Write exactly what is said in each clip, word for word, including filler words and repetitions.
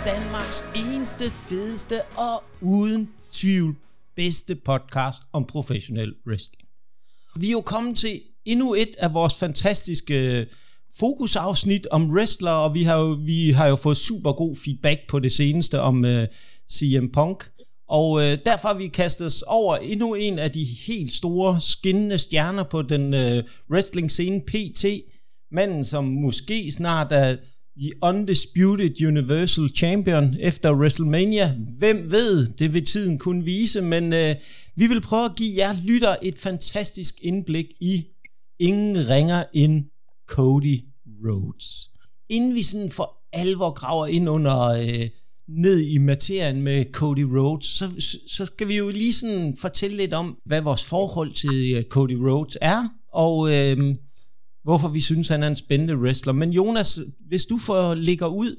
Danmarks eneste, fedeste og uden tvivl bedste podcast om professionel wrestling. Vi er jo kommet til endnu et af vores fantastiske fokusafsnit om wrestler, og vi har jo, vi har jo fået super god feedback på det seneste om uh, C M Punk. Og uh, derfor har vi kastet os over endnu en af de helt store, skinnende stjerner på den uh, wrestling-scene P T. Manden, som måske snart er The Undisputed Universal Champion efter WrestleMania. Hvem ved, det vil tiden kunne vise, men uh, vi vil prøve at give jer lytter et fantastisk indblik i ingen ringer end Cody Rhodes. Inden vi sådan for alvor graver ind under øh, ned i materien med Cody Rhodes, så, så skal vi jo lige sådan fortælle lidt om, hvad vores forhold til øh, Cody Rhodes er, og øh, hvorfor vi synes, han er en spændende wrestler. Men Jonas, hvis du får ligger ud.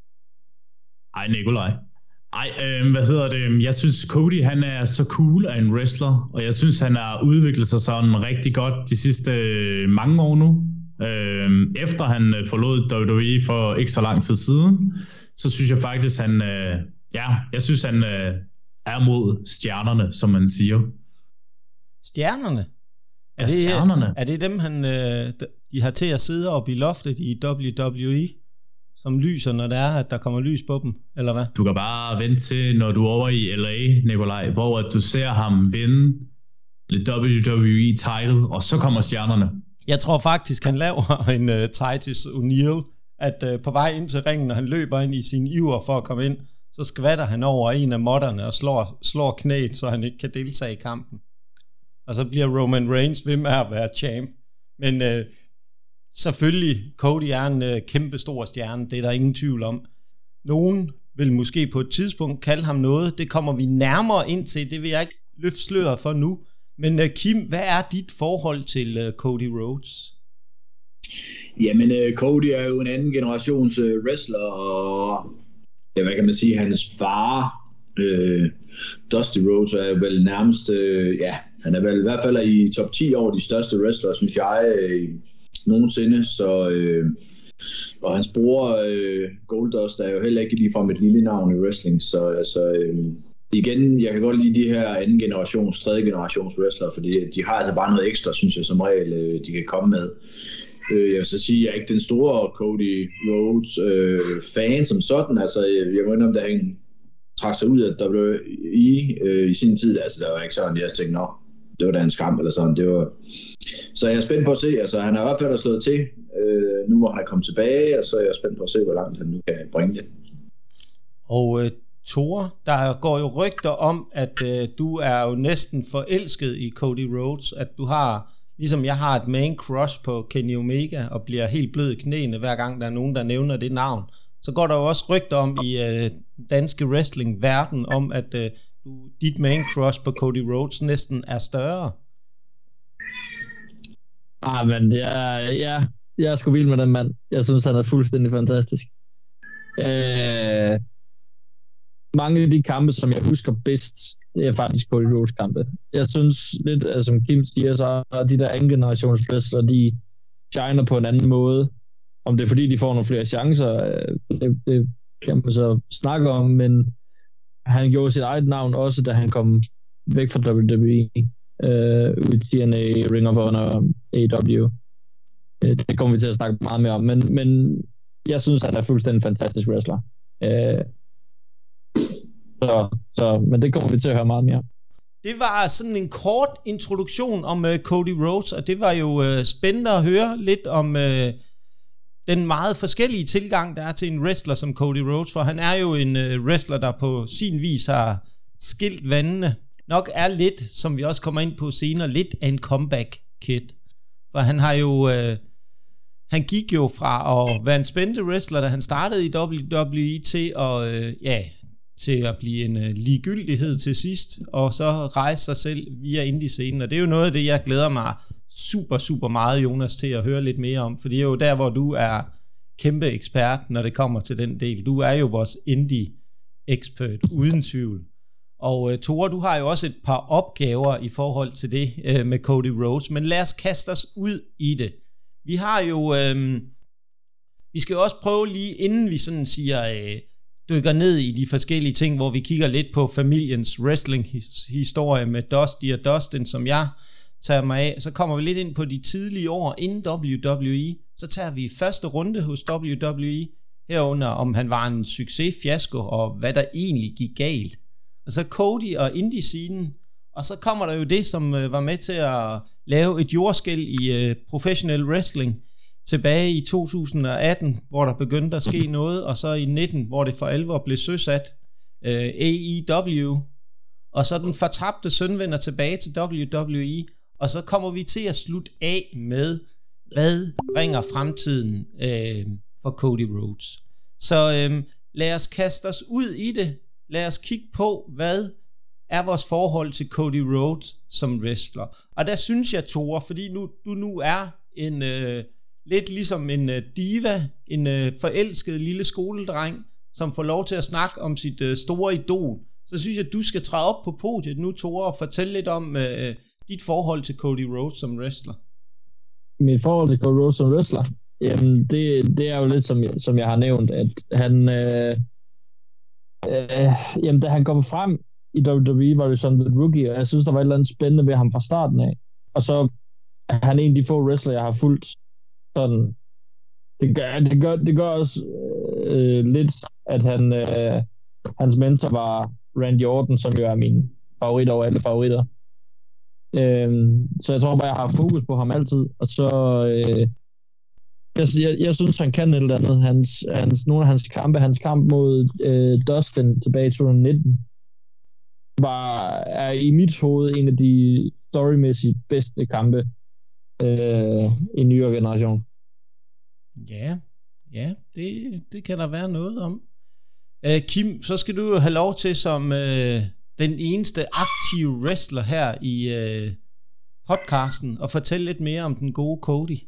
Ej, Nikolaj. Ej, øh, hvad hedder det? Jeg synes, Cody, han er så cool af en wrestler, og jeg synes, han har udviklet sig sådan rigtig godt de sidste øh, mange år nu. Øh, efter han øh, forlod W W E for ikke så lang tid siden, så synes jeg faktisk, han, øh, ja, jeg synes, han øh, er mod stjernerne, som man siger. Stjernerne? Er, ja, det, stjernerne. Er det dem, han, øh, de har til at sidde oppe i loftet i W W E? Som lyser, når det er, at der kommer lys på dem, eller hvad? Du kan bare vente til, når du er over i L A, Nikolaj, hvor at du ser ham vinde W W E title, og så kommer stjernerne. Jeg tror faktisk, han laver en uh, Titus O'Neil, at uh, på vej ind til ringen, når han løber ind i sin iver for at komme ind, så skvatter han over en af modderne og slår, slår knæet, så han ikke kan deltage i kampen. Og så bliver Roman Reigns ved med at være champ. Men uh, selvfølgelig, Cody er en uh, kæmpe stor stjerne, det er der ingen tvivl om. Nogen vil måske på et tidspunkt kalde ham noget, det kommer vi nærmere ind til, det vil jeg ikke løfte sløret for nu. Men uh, Kim, hvad er dit forhold til uh, Cody Rhodes? Jamen, uh, Cody er jo en anden generations uh, wrestler, og ja, hvad kan man sige, hans far, uh, Dusty Rhodes, er vel nærmest, uh, ja, han er vel i hvert fald i top ti over de største wrestlere, synes jeg, uh, nogensinde, så, uh, og hans bror, uh, Goldust, er jo heller ikke ligefrem et lille navn i wrestling, så altså, uh, igen, jeg kan godt lide de her anden generations, tredje generations wrestlere, fordi de har altså bare noget ekstra, synes jeg, som regel, de kan komme med. Jeg vil så sige, at jeg er ikke den store Cody Rhodes øh, fan som sådan. Altså, jeg må indrømme, da han trak sig ud af W W E øh, i sin tid, altså, der var ikke sådan, jeg tænkte, nå, det var da en skam, eller sådan. Det var... Så jeg er spændt på at se, altså, han har i hvert fald slået til, øh, nu hvor han er kommet tilbage, og så er jeg spændt på at se, hvor langt han nu kan bringe det. Og øh, Thor, der går jo rygter om, at øh, du er jo næsten forelsket i Cody Rhodes, at du har, ligesom jeg har et man crush på Kenny Omega, og bliver helt blød i knæene, hver gang der er nogen, der nævner det navn. Så går der jo også rygter om i øh, danske wrestling-verden, om at øh, du, dit man crush på Cody Rhodes næsten er større. Ah, men jeg, ja, jeg er sgu vild med den mand. Jeg synes, han er fuldstændig fantastisk. Øh... Mange af de kampe, som jeg husker bedst, det er faktisk Cody Rhodes kampe. Jeg synes lidt, at som Kim siger, så er de der anden generations wrestlere, de shiner på en anden måde. Om det er fordi, de får nogle flere chancer, det, det kan man så snakke om, men han gjorde sit eget navn også, da han kom væk fra W W E, øh, ud i T N A, Ring of Honor, A E W. Det kommer vi til at snakke meget mere om, men, men jeg synes, han er fuldstændig fantastisk wrestler. Øh, Så, så, men det kommer vi til at høre meget mere. Det var sådan en kort introduktion om uh, Cody Rhodes, og det var jo uh, spændende at høre lidt om uh, den meget forskellige tilgang, der er til en wrestler som Cody Rhodes, for han er jo en uh, wrestler, der på sin vis har skilt vandene. Nok er lidt, som vi også kommer ind på senere, lidt af en comeback kid. For han har jo... Uh, han gik jo fra at være en spændende wrestler, da han startede i W W E, til at... Uh, ja... til at blive en uh, ligegyldighed til sidst, og så rejse sig selv via indie-scenen, og det er jo noget af det, jeg glæder mig super, super meget, Jonas, til at høre lidt mere om, for det er jo der, hvor du er kæmpe ekspert, når det kommer til den del. Du er jo vores indie-ekspert, uden tvivl. Og uh, Thor, du har jo også et par opgaver i forhold til det uh, med Cody Rhodes, men lad os kaste os ud i det. Vi har jo, uh, vi skal jo også prøve lige, inden vi sådan siger... Uh, dykker ned i de forskellige ting, hvor vi kigger lidt på familiens wrestling-historie med Dusty og Dustin, som jeg tager mig af. Så kommer vi lidt ind på de tidlige år inden W W E. Så tager vi første runde hos W W E, herunder om han var en succes, fiasko, og hvad der egentlig gik galt. Og så Cody og indie-scenen, og så kommer der jo det, som øh, var med til at lave et jordskælv i øh, professionel wrestling tilbage i to tusind og atten, hvor der begyndte at ske noget, og så i nitten, hvor det for alvor blev søsat, øh, A E W, og så den fortabte søn vender tilbage til W W E, og så kommer vi til at slutte af med, hvad bringer fremtiden øh, for Cody Rhodes. Så øh, lad os kaste os ud i det. Lad os kigge på, hvad er vores forhold til Cody Rhodes som wrestler. Og der synes jeg, Tore, fordi nu, du nu er en øh, lidt ligesom en øh, diva, en øh, forelsket lille skoledreng, som får lov til at snakke om sit øh, store idol, så synes jeg, at du skal træde op på podiet nu, Tore, og fortælle lidt om øh, dit forhold til Cody Rhodes som wrestler. Mit forhold til Cody Rhodes som wrestler? Jamen, det, det er jo lidt, som, som jeg har nævnt, at han... Øh, øh, jamen, da han kom frem i W W E, var det som the rookie, og jeg synes, der var et eller andet spændende ved ham fra starten af. Og så er han en af de få wrestler, jeg har fulgt sådan... Det gør, det gør, det gør også øh, lidt, at han, øh, hans mentor var Randy Orton, som jo er min favorit over alle favoritter. Øh, så jeg tror bare, jeg har fokus på ham altid. Og så... Øh, jeg, jeg, jeg synes, han kan et eller andet. Hans, hans, nogle af hans kampe, hans kamp mod øh, Dustin tilbage i to tusind nitten, var, er i mit hoved en af de storymæssigt bedste kampe øh, i nyere generation. Ja, ja, det, det kan der være noget om. Uh, Kim, så skal du jo have lov til som uh, den eneste aktive wrestler her i uh, podcasten og fortælle lidt mere om den gode Cody.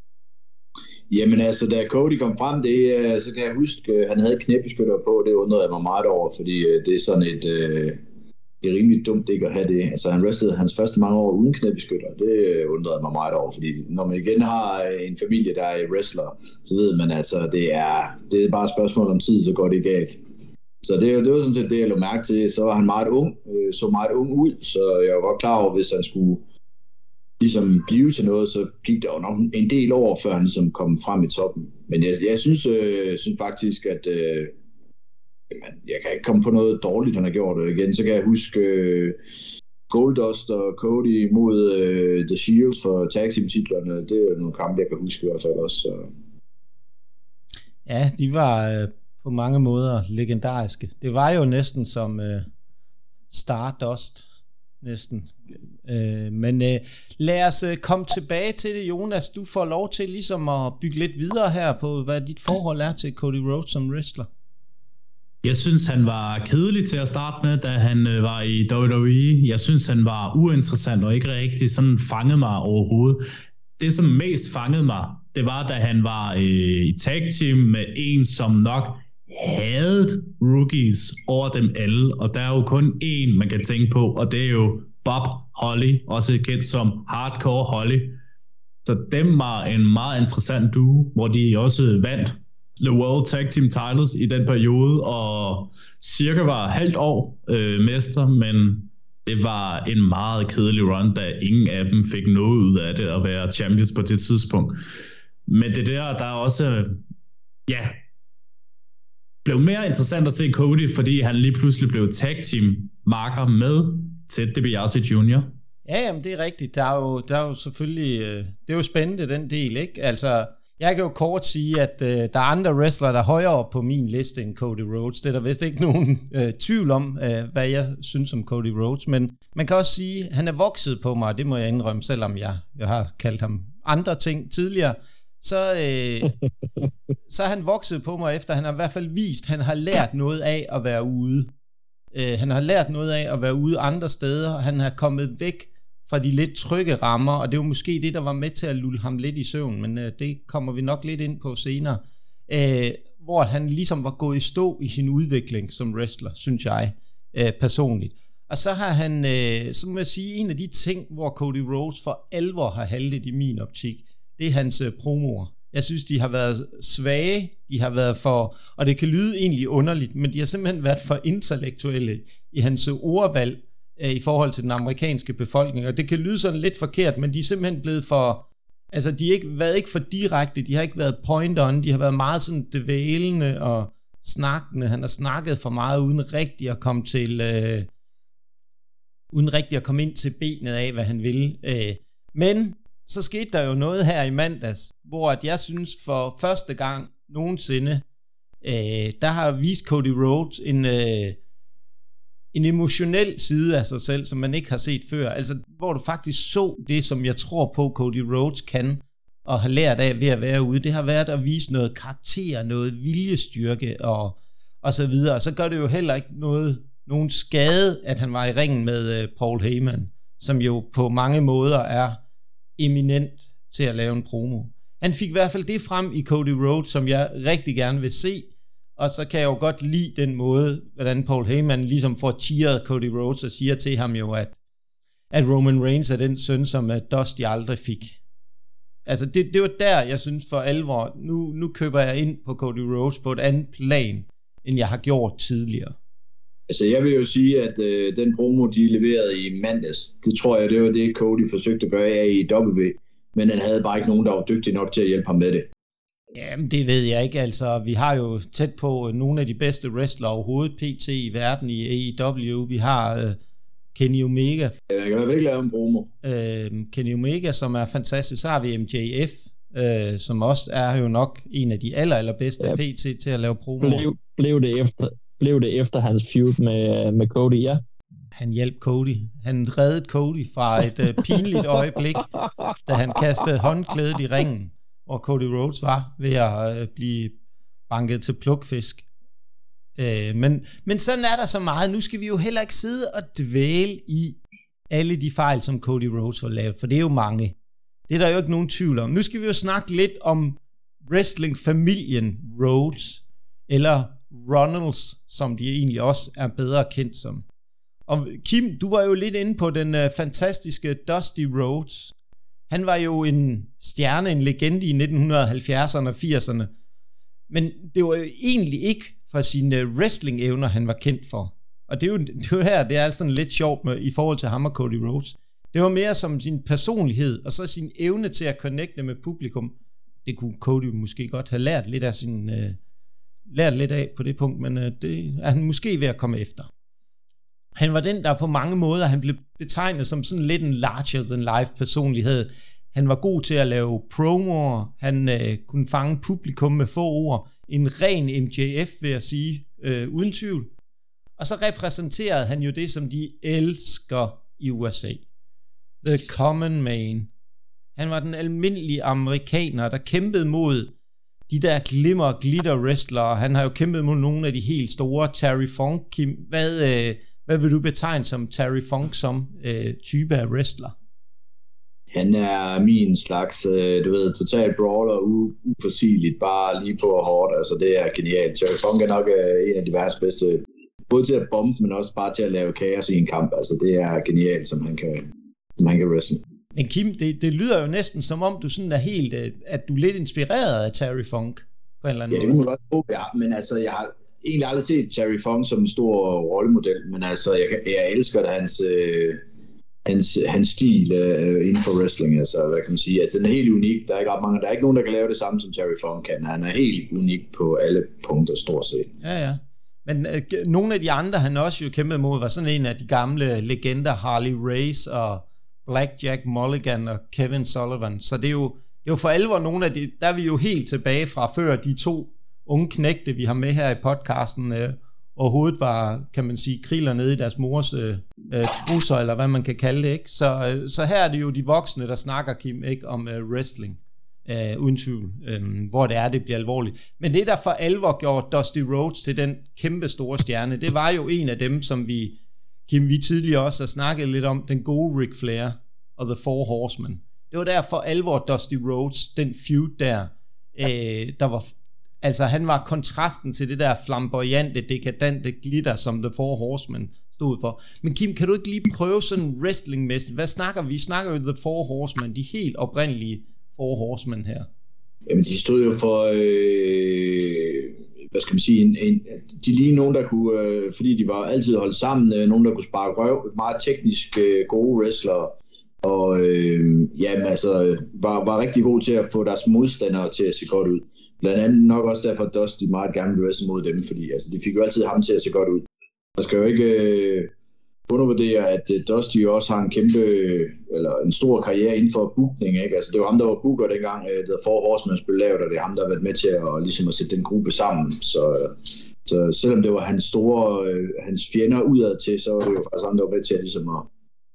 Jamen altså, da Cody kom frem, det, uh, så kan jeg huske, uh, han havde knæbeskytter på, det undrede jeg mig meget over, fordi uh, det er sådan et... Uh, det er rimelig dumt ikke at have det. Altså han wrestlede hans første mange år uden knæbeskytter. Det undrede mig meget over, fordi når man igen har en familie, der er wrestler, så ved man altså, det er, det er bare et spørgsmål om tid, så går det galt. Så det, det var sådan set det, jeg lå mærke til. Så var han meget ung, så meget ung ud, så jeg var godt klar over, hvis han skulle ligesom blive til noget, så gik der jo nok en del år, før han ligesom kom frem i toppen. Men jeg, jeg synes, øh, synes faktisk, at øh, jeg kan ikke komme på noget dårligt, han har gjort det igen. Så kan jeg huske uh, Goldust og Cody mod uh, The Shield for tag team titlerne. Det er nogle kampe, jeg kan huske i hvert fald også. Så. Ja, de var uh, på mange måder legendariske. Det var jo næsten som uh, Stardust, næsten. Uh, men uh, lad os uh, komme tilbage til det, Jonas. Du får lov til ligesom at bygge lidt videre her på, hvad dit forhold er til Cody Rhodes som wrestler. Jeg synes, han var kedelig til at starte med, da han øh, var i W W E. Jeg synes, han var uinteressant og ikke rigtig sådan fangede mig overhovedet. Det, som mest fangede mig, det var, da han var øh, i tag team med en, som nok havde rookies over dem alle. Og der er jo kun én, man kan tænke på, og det er jo Bob Holly, også kendt som Hardcore Holly. Så dem var en meget interessant duo, hvor de også vandt The World Tag Team Titles i den periode, og cirka var halvt år øh, mester, men det var en meget kedelig run, da ingen af dem fik noget ud af det at være champions på det tidspunkt. Men det der, der er også, ja, blev mere interessant at se Cody, fordi han lige pludselig blev tag team marker med Ted DiBiase junior Ja, jamen det er rigtigt. Der er jo, der er jo selvfølgelig, det er jo spændende den del, ikke? Altså, jeg kan jo kort sige, at øh, der er andre wrestlere, der er højere på min liste end Cody Rhodes. Det er der vist ikke nogen øh, tvivl om, øh, hvad jeg synes om Cody Rhodes. Men man kan også sige, at han er vokset på mig, og det må jeg indrømme, selvom jeg, jeg har kaldt ham andre ting tidligere. Så, øh, så er han vokset på mig, efter han har i hvert fald vist, at han har lært noget af at være ude. Øh, han har lært noget af at være ude andre steder. Han har kommet væk fra de lidt trygge rammer, og det var måske det, der var med til at lulle ham lidt i søvn, men øh, det kommer vi nok lidt ind på senere, øh, hvor han ligesom var gået i stå i sin udvikling som wrestler, synes jeg, øh, personligt. Og så har han, øh, så må jeg sige, en af de ting, hvor Cody Rhodes for alvor har haltet i min optik, det er hans øh, promoer. Jeg synes, de har været svage, de har været for, og det kan lyde egentlig underligt, men de har simpelthen været for intellektuelle i hans ordvalg øh, i forhold til den amerikanske befolkning, og det kan lyde sådan lidt forkert, men de er simpelthen blevet for, altså de har ikke været ikke for direkte, de har ikke været point on, de har været meget sådan dvælende og snakkende, han har snakket for meget uden rigtig at komme til, øh, uden rigtig at komme ind til benet af, hvad han vil. Øh, men så skete der jo noget her i mandags, hvor at jeg synes for første gang nogensinde, øh, der har vist Cody Rhodes en, øh, en emotionel side af sig selv, som man ikke har set før. Altså, hvor du faktisk så det, som jeg tror på, Cody Rhodes kan, og har lært af ved at være ude. Det har været at vise noget karakter, noget viljestyrke og, og så videre. Og så gør det jo heller ikke noget, nogen skade, at han var i ringen med øh, Paul Heyman, som jo på mange måder er eminent til at lave en promo. Han fik i hvert fald det frem i Cody Rhodes, som jeg rigtig gerne vil se, og så kan jeg jo godt lide den måde, hvordan Paul Heyman ligesom får cheeret Cody Rhodes og siger til ham jo, at, at Roman Reigns er den søn, som uh, Dusty aldrig fik. Altså det, det var der, jeg synes for alvor, nu, nu køber jeg ind på Cody Rhodes på et andet plan, end jeg har gjort tidligere. Altså jeg vil jo sige, at øh, den promo, de leverede i mandags, det tror jeg, det var det, Cody forsøgte at gøre af i W, men han havde bare ikke nogen, der var dygtig nok til at hjælpe ham med det. Jamen det ved jeg ikke, altså vi har jo tæt på nogle af de bedste wrestlere overhovedet, P T i verden i A E W, vi har øh, Kenny Omega. Jeg kan i hvert fald ikke lave en promo. Øh, Kenny Omega, som er fantastisk, så har vi M J F, øh, som også er jo nok en af de aller, allerbedste ja. P T til at lave promo. Blev, blev det efter... Blev det efter hans feud med, med Cody, ja? Han hjalp Cody. Han reddede Cody fra et uh, pinligt øjeblik, da han kastede håndklædet i ringen, hvor Cody Rhodes var ved at uh, blive banket til plukfisk. Uh, men, men sådan er der så meget. Nu skal vi jo heller ikke sidde og dvæle i alle de fejl, som Cody Rhodes har lavet, for det er jo mange. Det er der jo ikke nogen tvivl om. Nu skal vi jo snakke lidt om wrestling-familien Rhodes, eller Ronalds, som de egentlig også er bedre kendt som. Og Kim, du var jo lidt inde på den uh, fantastiske Dusty Rhodes. Han var jo en stjerne, en legende i nitten halvfjerdserne og firserne. Men det var jo egentlig ikke for sine wrestling-evner, han var kendt for. Og det er jo, det er jo her, det er sådan lidt sjovt med, i forhold til ham og Cody Rhodes. Det var mere som sin personlighed, og så sin evne til at connecte med publikum. Det kunne Cody måske godt have lært lidt af sin... Uh, lært lidt af på det punkt, men uh, det er han måske ved at komme efter. Han var den, der på mange måder, han blev betegnet som sådan lidt en larger-than-life personlighed. Han var god til at lave promoer, han uh, kunne fange publikum med få ord, en ren M J F, vil jeg sige, uh, uden tvivl. Og så repræsenterede han jo det, som de elsker i U S A. The common man. Han var den almindelige amerikaner, der kæmpede mod de der glimmer og glitter wrestlere. Han har jo kæmpet mod nogle af de helt store. Terry Funk, Kim, hvad, øh, hvad vil du betegne som Terry Funk som øh, type af wrestler? Han er min slags, øh, du ved, total brawler, u- uforsigeligt, bare lige på og hårdt. Altså det er genialt. Terry Funk er nok øh, en af de verdens bedste, både til at bombe, men også bare til at lave kaos i en kamp. Altså det er genialt, som han kan, som han kan wrestle. Men Kim, det, det lyder jo næsten som om, du sådan er helt, at du er lidt inspireret af Terry Funk på en eller anden måde. Ja, det må godt håbe, ja. Men altså, jeg har egentlig aldrig set Terry Funk som en stor rollemodel, men altså, jeg, jeg elsker hans, øh, hans, hans stil øh, inden for wrestling, altså, hvad kan man sige. Altså, den er helt unik. Der er ikke ret mange, der er ikke nogen, der kan lave det samme, som Terry Funk kan. Han er helt unik på alle punkter, stort set. Ja, ja. Men øh, nogle af de andre, han også jo kæmpede mod, var sådan en af de gamle legender, Harley Race og Blackjack Mulligan og Kevin Sullivan. Så det er jo, det er jo for alvor nogle af de, der er vi jo helt tilbage fra før de to unge knægte, vi har med her i podcasten, øh, overhovedet var, kan man sige, kriller nede i deres mors øh, trusser, eller hvad man kan kalde det, ikke? Så, øh, så her er det jo de voksne, der snakker, Kim, ikke, om øh, wrestling, øh, uden tvivl, øh, hvor det er, det bliver alvorligt. Men det, der for alvor gjorde Dusty Rhodes til den kæmpe store stjerne, det var jo en af dem, som vi Kim, vi tidligere også har snakket lidt om, den gode Ric Flair og The Four Horsemen. Det var der for alvor Dusty Rhodes, den feud der, øh, der var, altså han var kontrasten til det der flamboyante, dekadente glitter, som The Four Horsemen stod for. Men Kim, kan du ikke lige prøve sådan wrestlingmæssigt? Hvad snakker vi? Vi snakker jo The Four Horsemen, de helt oprindelige Four Horsemen her. Jamen, de stod jo for, øh, hvad skal man sige, en, en, de lignede nogen, der kunne, øh, fordi de var altid holdt sammen, øh, nogen, der kunne sparke røv, meget teknisk øh, gode wrestlere, og øh, jamen, altså, var, var rigtig gode til at få deres modstandere til at se godt ud. Blandt andet nok også derfor, at Dusty meget gerne ville wrestle mod dem, fordi altså, de fik jo altid ham til at se godt ud. Der skal jo ikke øh, undervurdere, at uh, Dusty jo også har en kæmpe, eller en stor karriere inden for bookning, ikke? Altså, det var ham, der var booker dengang, uh, der Four Horsemen blev lavet, og det er ham, der har været med til at, ligesom at sætte den gruppe sammen. Så, så selvom det var hans store, uh, hans fjender udad til, så var det jo faktisk ham, der var med til at, ligesom at,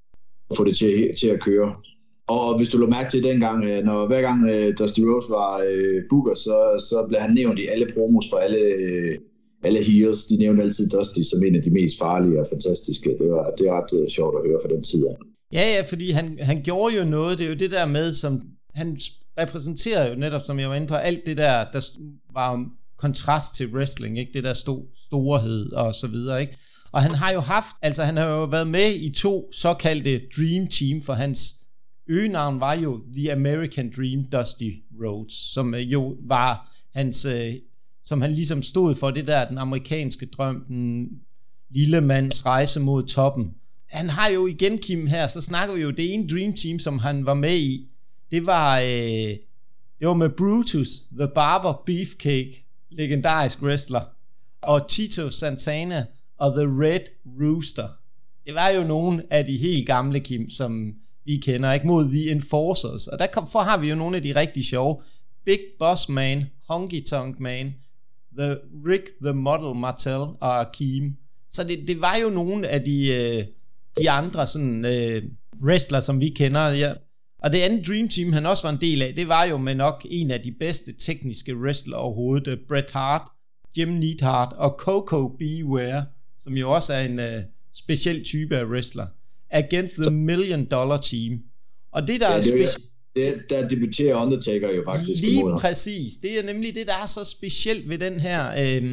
at få det til, til at køre. Og hvis du lå mærke til dengang, uh, når hver gang uh, Dusty Rhodes var uh, booker, så, så blev han nævnt i alle promos for alle... Uh, Alle heels, de nævnte altid Dusty som en af de mest farlige og fantastiske. Det var, det var ret uh, sjovt at høre fra den tid af. Ja, ja, fordi han, han gjorde jo noget. Det er jo det der med, som han repræsenterer jo netop, som jeg var inde på, alt det der, der var kontrast til wrestling, ikke? Det der sto, storhed og så videre, ikke? Og han har jo haft, altså han har jo været med i to såkaldte Dream Team, for hans øgenavn var jo The American Dream, Dusty Rhodes, som jo var hans... som han ligesom stod for, det der, den amerikanske drøm, den lille mands rejse mod toppen. Han har jo igen, Kim, her, så snakker vi jo, det ene Dream Team, som han var med i, det var, øh, det var med Brutus, The Barber Beefcake, legendarisk wrestler, og Tito Santana og The Red Rooster. Det var jo nogle af de helt gamle, Kim, som vi kender, ikke, mod The Enforcers. Og der kom, for har vi jo nogle af de rigtig sjove. Big Boss Man, Honky Tonk Man, The Rick the Model Martel og Akeem. Så det, det var jo nogle af de, øh, de andre sådan, øh, wrestler, som vi kender. Ja. Og det andet Dream Team, han også var en del af, det var jo med nok en af de bedste tekniske wrestler overhovedet. Bret Hart, Jim Neidhart og Coco Beware, som jo også er en øh, speciel type af wrestler. Against the Million Dollar Team. Og det der ja, er specielt... Det, der debuterer Undertaker jo faktisk. Lige præcis. Det er nemlig det, der er så specielt ved den her, øh,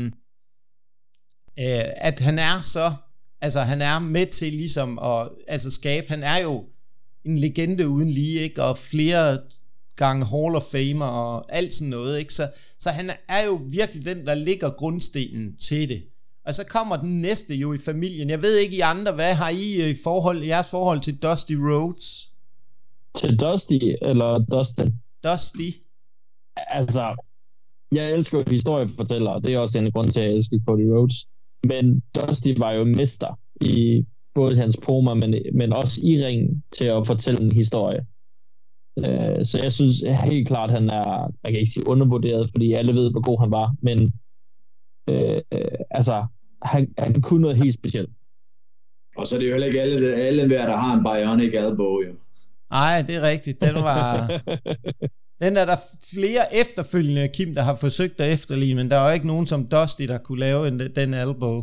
øh, at han er så, altså han er med til ligesom at altså skabe, han er jo en legende uden lige, ikke? Og flere gange Hall of Famer og alt sådan noget, ikke? Så, så han er jo virkelig den, der ligger grundstenen til det. Og så kommer den næste jo i familien. Jeg ved ikke I andre, hvad har I i forhold, jeres forhold til Dusty Rhodes? Til Dusty, eller Dustin? Dusty. Altså, jeg elsker jo historiefortællere, det er også en grund til, at jeg elsker Cody Rhodes. Men Dusty var jo mester i både hans promo, men, men også i ringen til at fortælle en historie. Uh, så jeg synes helt klart, han er, jeg kan ikke sige undervurderet, fordi alle ved, hvor god han var, men uh, altså, han, han kunne noget helt specielt. Og så er det jo heller ikke alle, alle hver, der har en bionic elbow, jo. Nej, det er rigtigt. Den var... den er der flere efterfølgende, Kim, der har forsøgt at efterligne, men der er jo ikke nogen som Dusty, der kunne lave en, den elbow.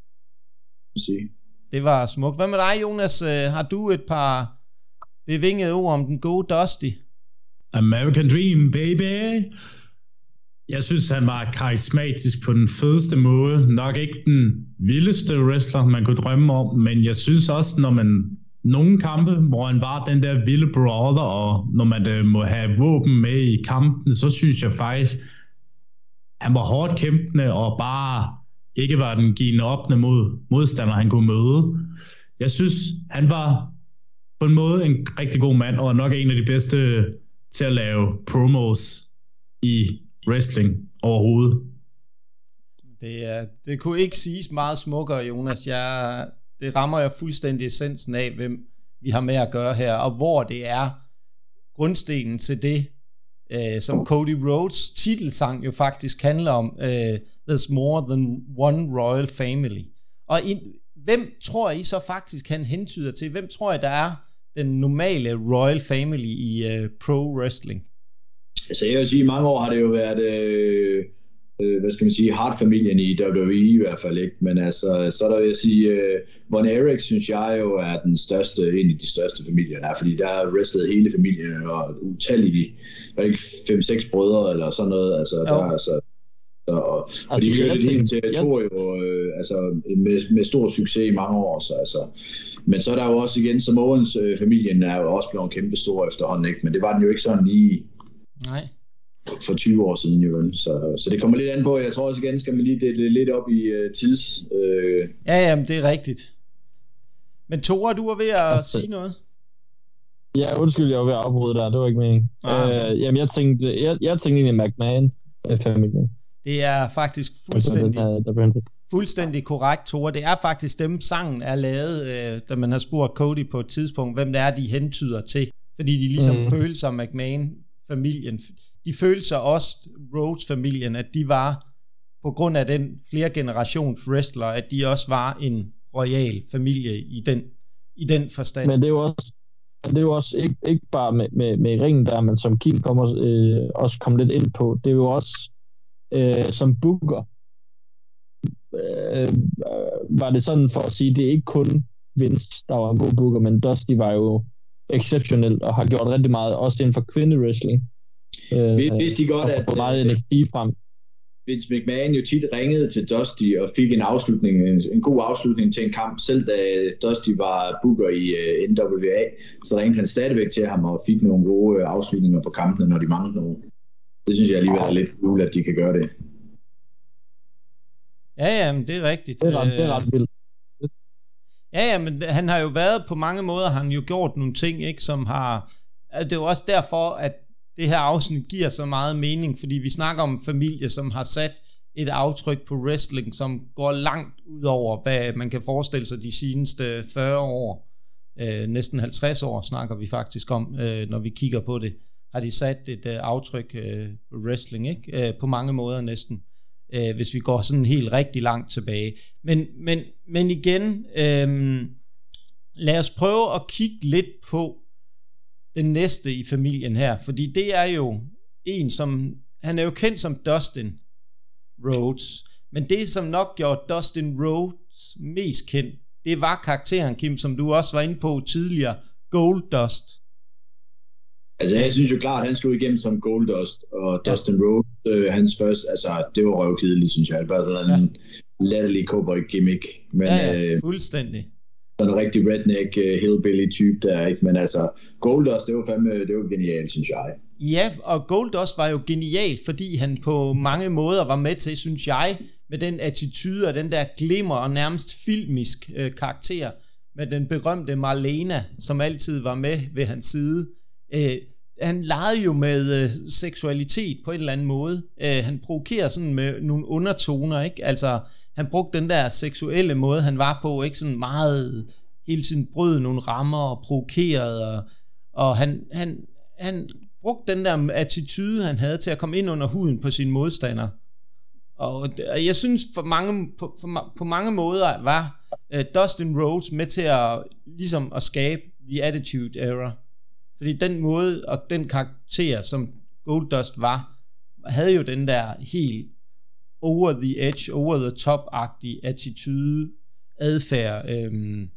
Det var smukt. Hvad med dig, Jonas? Har du et par bevingede ord om den gode Dusty? American Dream, baby! Jeg synes, han var karismatisk på den fedeste måde. Nok ikke den vildeste wrestler, man kunne drømme om, men jeg synes også, når man nogle kampe, hvor han var den der vilde brother, og når man øh, må have våben med i kampen, så synes jeg faktisk, han var hårdt kæmpende, og bare ikke var den givende opne mod modstander, han kunne møde. Jeg synes, han var på en måde en rigtig god mand, og nok en af de bedste til at lave promos i wrestling overhovedet. Det, er, det kunne ikke siges meget smukkere, Jonas. Jeg, det rammer jeg fuldstændig essensen af, hvem vi har med at gøre her, og hvor det er grundstenen til det, øh, som Cody Rhodes titelsang jo faktisk handler om. Øh, There's more than one royal family. Og in, hvem tror I så faktisk han hentyder til? Hvem tror I, der er den normale royal family i øh, pro wrestling? Altså jeg vil sige, i mange år har det jo været, øh, øh, hvad skal man sige, Hart-familien i W W E i hvert fald, ikke? Men altså, så er der vil jeg sige, øh, Von Erich synes jeg jo er den største, en af de største familier, der, fordi der er wrestlet hele familien, og utallige, der er ikke fem seks brødre eller sådan noget, altså jo. Der er altså, så, og, altså, og de kørte et helt territorium, øh, altså med, med stor succes i mange år, så altså. Men så er der jo også igen, som Owens øh, familien er jo også blevet kæmpe stor efterhånden, ikke? Men det var den jo ikke sådan lige. Nej. for tyve år siden jo. Så, så det kommer lidt an på. Jeg tror også igen, skal man lige dele lidt op i uh, tids... Uh... Ja, jamen, det er rigtigt. Men Tore, du var ved at altså, sige noget? Ja, undskyld, jeg var ved at afbryde der. Det var ikke meningen. Ah. Øh, jamen, jeg tænkte, jeg, jeg tænkte egentlig McMahon-familien. Det er faktisk fuldstændig, fuldstændig korrekt, Tore. Det er faktisk dem, sangen er lavet, øh, da man har spurgt Cody på et tidspunkt, hvem det er, de hentyder til. Fordi de ligesom mm. følte sig McMahon-familien. De følte sig også Rhodes-familien, at de var, på grund af den flere generations wrestler, at de også var en royal familie i den, i den forstand. Men det er jo også, det er jo også ikke, ikke bare med, med, med ringen der, men som Kim kommer, øh, også kom lidt ind på, det er jo også øh, som booker. Øh, var det sådan for at sige, det er ikke kun Vince, der var en god booker, men Dusty var jo exceptionel og har gjort rigtig meget, også inden for kvindewrestling. Øh, Vidste de godt, at meget N X T frem. Vince McMahon jo tit ringede til Dusty og fik en afslutning, en god afslutning til en kamp, selv da Dusty var booker i N W A, så ringede han stadigvæk til ham og fik nogle gode afslutninger på kampene, når de manglede nogen. Det synes jeg alligevel er lidt cool, at de kan gøre det. Ja, ja, men det er rigtigt. Det er ret, det er ret vildt. Ja, ja, men han har jo været på mange måder, han har jo gjort nogle ting, ikke, som har... Det er jo også derfor, at det her afsnit giver så meget mening, fordi vi snakker om en familie, som har sat et aftryk på wrestling, som går langt ud over, hvad man kan forestille sig de seneste fyrre år. Øh, næsten halvtreds år snakker vi faktisk om, øh, når vi kigger på det. Har de sat et øh, aftryk øh, på wrestling, ikke? Øh, på mange måder næsten. Øh, hvis vi går sådan helt rigtig langt tilbage. Men, men, men igen, øh, lad os prøve at kigge lidt på den næste i familien her, fordi det er jo en, som, han er jo kendt som Dustin Rhodes, men det, som nok gjorde Dustin Rhodes mest kendt, det var karakteren, Kim, som du også var inde på tidligere, Goldust. Altså, jeg synes jo klart, at han slog igennem som Goldust, og ja. Dustin Rhodes, øh, hans første, altså, det var røvkedeligt, synes jeg. Bare sådan en ja. latterlig cowboy-gimmick. Men, ja, ja, fuldstændig. Øh, sådan en rigtig redneck, uh, hillbilly-type der, ikke? Men altså, Goldust, det var fandme, det var genialt, synes jeg. Ja, og Goldust var jo genial, fordi han på mange måder var med til, synes jeg, med den attitude og den der glimmer og nærmest filmisk øh, karakter, med den berømte Marlena, som altid var med ved hans side. Øh, han legede jo med øh, seksualitet på en eller anden måde. Øh, han provokerer sådan med nogle undertoner, ikke? Altså, han brugte den der seksuelle måde, han var på, ikke sådan meget, hele tiden brød nogle rammer og provokerede, og, og han, han, han brugte den der attitude, han havde til at komme ind under huden på sine modstandere. Og jeg synes, for mange, på, for, på mange måder var uh, Dustin Rhodes med til at, ligesom at skabe The Attitude Era. Fordi den måde og den karakter, som Goldust var, havde jo den der helt over the edge, over the top-agtige attitude, adfærd. Øhm.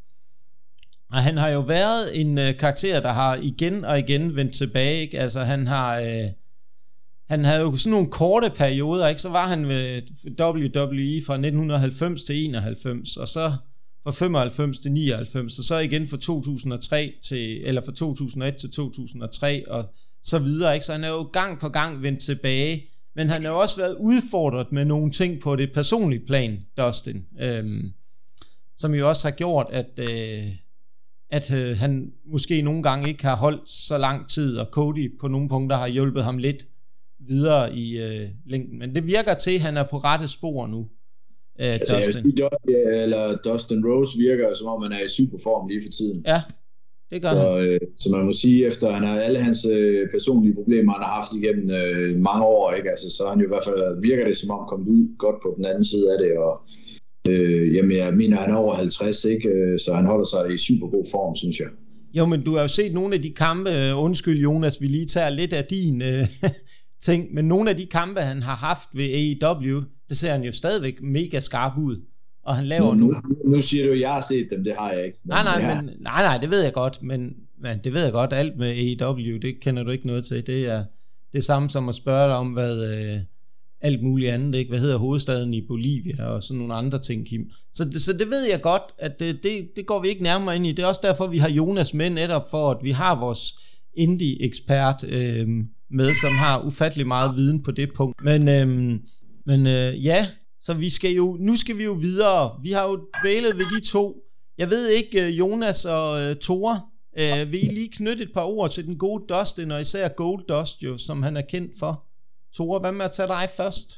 Og han har jo været en øh, karakter, der har igen og igen vendt tilbage, ikke? Altså han har øh, han havde jo sådan nogle korte perioder, ikke? Så var han ved W W E fra nitten halvfems til enoghalvfems, og så fra femoghalvfems til nioghalvfems, og så igen fra to tusind og tre til, eller fra to tusind og et til to tusind og tre, og så videre, ikke? Så han er jo gang på gang vendt tilbage, men han har jo også været udfordret med nogle ting på det personlige plan, Dustin, øhm, som jo også har gjort, at, øh, at øh, han måske nogle gange ikke har holdt så lang tid, og Cody på nogle punkter har hjulpet ham lidt videre i øh, længden. Men det virker til, at han er på rette spor nu. Øh, altså, Dustin. Jeg sige, eller Dustin Rhodes virker, som om han er i superform lige for tiden. Ja, det gør så, han. Øh, så man må sige, efter han har alle hans øh, personlige problemer, han har haft igennem øh, mange år, ikke? Altså, så han jo i hvert fald virker det, som om han kommet ud godt på den anden side af det, og øh, jamen, jeg mener, han er over halvtreds, ikke? Så han holder sig i super god form, synes jeg. Jo, men du har jo set nogle af de kampe, undskyld Jonas, vi lige tager lidt af din øh, ting, men nogle af de kampe, han har haft ved A E W, det ser han jo stadigvæk mega skarp ud, og han laver nu, nu... Nu siger du, at jeg har set dem, det har jeg ikke. Men, nej, nej, ja. men, nej, nej, det ved jeg godt, men, men det ved jeg godt, alt med A E W, det kender du ikke noget til, det er det samme som at spørge dig om, hvad... Øh, alt muligt andet, ikke? Hvad hedder hovedstaden i Bolivia og sådan nogle andre ting, Kim. Så det, så det ved jeg godt, at det, det, det går vi ikke nærmere ind i. Det er også derfor, vi har Jonas med netop for, at vi har vores indie-ekspert øh, med, som har ufattelig meget viden på det punkt. Men, øhm, men øh, ja, så vi skal jo, nu skal vi jo videre. Vi har jo dvælet ved de to. Jeg ved ikke, Jonas og øh, Tore, øh, vil I lige knytte et par ord til den gode Dustin, og især Gold Dust jo, som han er kendt for. Tore, hvad med at tage dig først?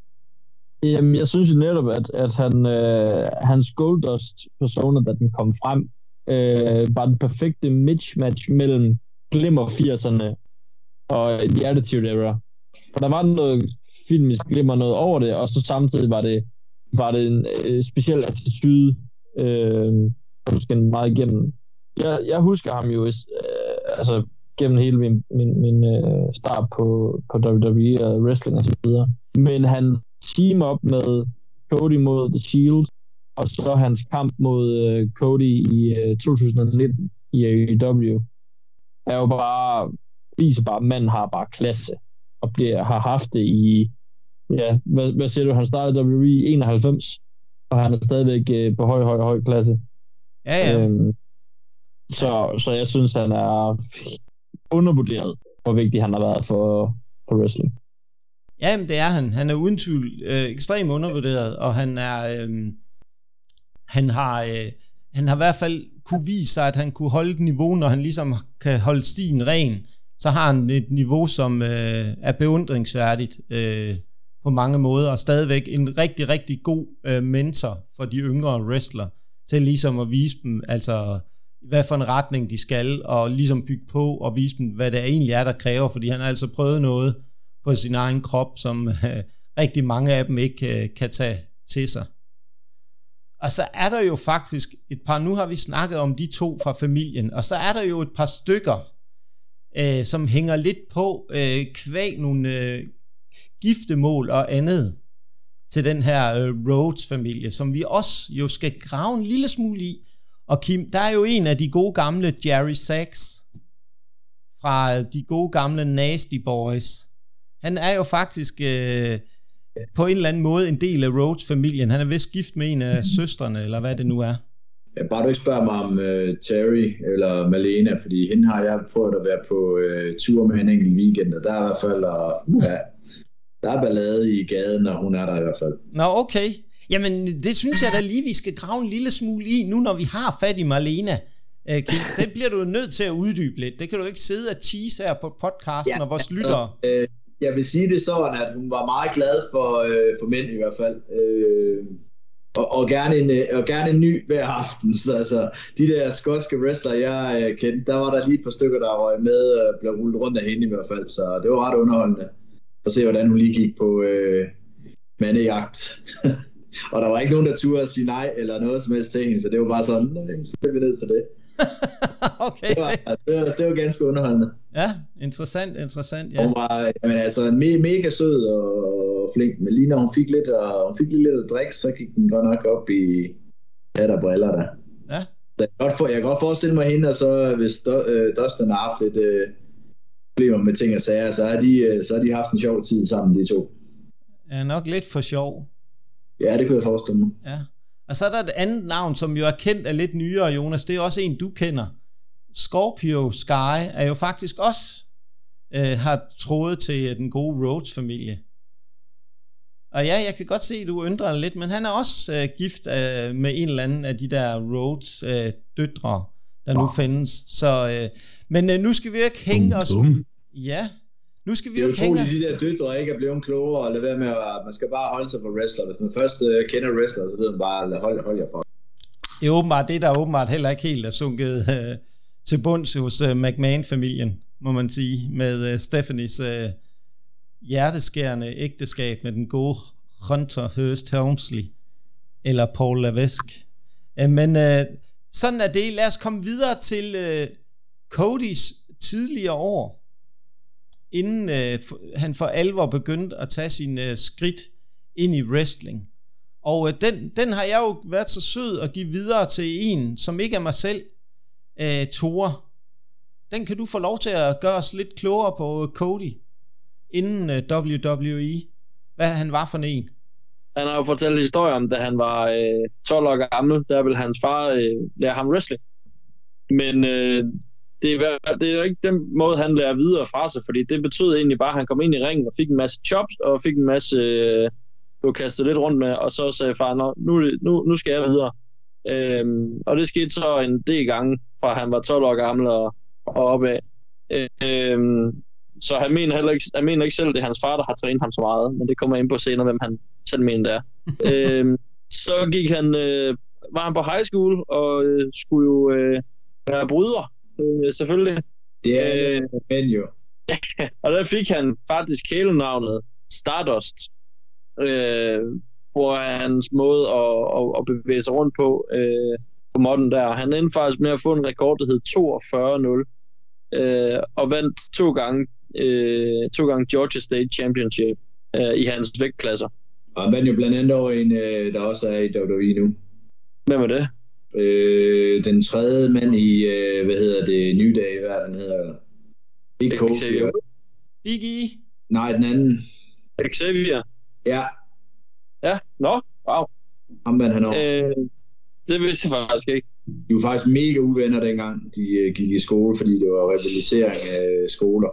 Jamen, jeg synes jo netop, at, at han, øh, hans Gold Dust-persona, da den kom frem, øh, var den perfekte mismatch mellem glimmer firserne og The Attitude Era. For der var noget filmisk glimmer noget over det, og så samtidig var det, var det en øh, speciel attitude, øh, som skal meget igennem. Jeg, jeg husker ham jo øh, altså gennem hele min, min, min øh, start på, på W W E og wrestling og så videre. Men han team op med Cody mod The Shield, og så hans kamp mod øh, Cody i øh, to tusind nitten i A E W, er jo bare, viser bare, at manden har bare klasse, og bliver, har haft det i, ja, hvad, hvad siger du, han startede W W E i enoghalvfems, og han er stadigvæk øh, på høj, høj, høj klasse. Ja, ja. Øhm, så, så jeg synes, han er undervurderet, hvor vigtig han har været for, for wrestling. Ja, men det er han. Han er uden tvivl øh, ekstremt undervurderet, og han er, øh, han har, øh, han har i hvert fald kunne vise sig, at han kunne holde et niveau, når han ligesom kan holde stien ren, så har han et niveau, som øh, er beundringsværdigt øh, på mange måder, og stadigvæk en rigtig, rigtig god øh, mentor for de yngre wrestlere, til ligesom at vise dem, altså hvad for en retning de skal, og ligesom bygge på og vise dem, hvad det egentlig er, der kræver, fordi han har altså prøvet noget på sin egen krop, som øh, rigtig mange af dem ikke øh, kan tage til sig. Og så er der jo faktisk et par, nu har vi snakket om de to fra familien, og så er der jo et par stykker, øh, som hænger lidt på øh, kvæg nogle øh, giftemål og andet til den her øh, Rhodes-familie, som vi også jo skal grave en lille smule i. Og Kim, der er jo en af de gode gamle Jerry Sachs fra de gode gamle Nasty Boys. Han er jo faktisk øh, på en eller anden måde en del af Rhodes-familien. Han er vist gift med en af søstrene, eller hvad det nu er. Ja, bare du ikke spørger mig om uh, Terry eller Malena, fordi hende har jeg prøvet at være på uh, tur med en enkelt weekend, og der er i hvert fald uh, ja, der er ballade i gaden, og hun er der i hvert fald. Nå, okay. Jamen, det synes jeg da lige, vi skal grave en lille smule i, nu når vi har fat i Malena. Uh, Kim, det bliver du nødt til at uddybe lidt. Det kan du ikke sidde og tease her på podcasten, ja, og vores lyttere. Øh, jeg vil sige det sådan, at hun var meget glad for, øh, for mænd i hvert fald. Øh, og, og, gerne en, og gerne en ny hver aften. Så altså, de der skotske wrestler, jeg øh, kendte, der var der lige et par stykker, der var med og blev rullet rundt af hende i hvert fald. Så det var ret underholdende at se, hvordan hun lige gik på øh, mandejagt. Og der var ikke nogen, der turde at sige nej eller noget som helst til hende, så det var bare sådan, så er vi ned til det. Okay. Det var, det, var, det var ganske underholdende. Ja, interessant, interessant. Ja. Hun var jamen, altså, me- mega sød og flink, men lige når hun fik lidt, og, hun fik lidt at drikke, så gik den godt nok op i hat og briller der. Ja. Så jeg, kan godt for, jeg kan godt forestille mig hende, og så hvis øh, Dustin har haft lidt øh, problemer med ting og sager, så har, de, øh, så har de haft en sjov tid sammen, de to. Ja, nok lidt for sjov. Ja, det kunne jeg forestille mig. Ja. Og så er der et andet navn, som jo er kendt af lidt nyere, Jonas. Det er også en, du kender. Scorpio Sky er jo faktisk også øh, har trådet til den gode Rhodes-familie. Og ja, jeg kan godt se, at du undrer lidt, men han er også øh, gift øh, med en eller anden af de der Rhodes-døtre, øh, der nu oh. findes. Så, øh, men øh, nu skal vi jo ikke hænge os... Ja, nu skal vi jo ikke hænge... Det er utroligt, de der døtre ikke er blevet klogere, og lade være med at... Man skal bare holde sig for wrestler. Hvis man først øh, kender wrestler, så ved man bare, hold, hold jer for. Det er åbenbart det, der åbenbart heller ikke helt er sunket øh, til bunds hos øh, McMahon-familien, må man sige, med øh, Stephanies øh, hjerteskærende ægteskab med den gode Hunter Hearst Helmsley, eller Paul Levesque. Øh, men øh, sådan er det. Lad os komme videre til øh, Codys tidligere år, inden øh, han for alvor begyndte at tage sine øh, skridt ind i wrestling. Og øh, den, den har jeg jo været så sød at give videre til en, som ikke er mig selv, øh, Tore. Den kan du få lov til at gøre os lidt klogere på Cody, inden øh, W W E. Hvad han var for en. Han har jo fortalt historier om, da han var øh, tolv år gammel, der ville hans far øh, lære ham wrestling. Men øh, det, er, det er jo ikke den måde, han lærer videre fra sig, fordi det betød egentlig bare, at han kom ind i ringen og fik en masse chops, og fik en masse, øh, blev kastet lidt rundt med, og så sagde far, nu, nu, nu skal jeg videre. Øhm, og det skete så en del gange, fra han var tolv år gammel og, og opad. Øhm, så han mener, heller ikke, han mener ikke selv, at det er hans far, der har trænet ham så meget, men det kommer ind på senere, hvem han selv mener det er. øhm, så gik han, øh, var han på high school, og øh, skulle jo øh, være bryder, øh, selvfølgelig. Det er øh, men jo. Og der fik han faktisk kælenavnet Stardust, øh, hvor hans måde at, at, at bevæge sig rundt på, øh, på modden der. Han endte faktisk med at få en rekord, der hed toogfyrre nul, øh, og vandt to gange, øh, to gange Georgia State Championship øh, i hans vægtklasser. Og han vandt jo blandt andet over en, øh, der også er i W W E nu. Hvem er det? Øh, den tredje mand i, øh, hvad hedder det, New Day, hvad er den hedder? Ikke Cody. Big E? Nej, den anden. Xavier? Ja. Ja, nå, no. Wow. Ham vandt han over. Øh, det vidste jeg faktisk ikke. De var faktisk mega uvenner dengang, de øh, gik i skole, fordi det var rivalisering af skoler.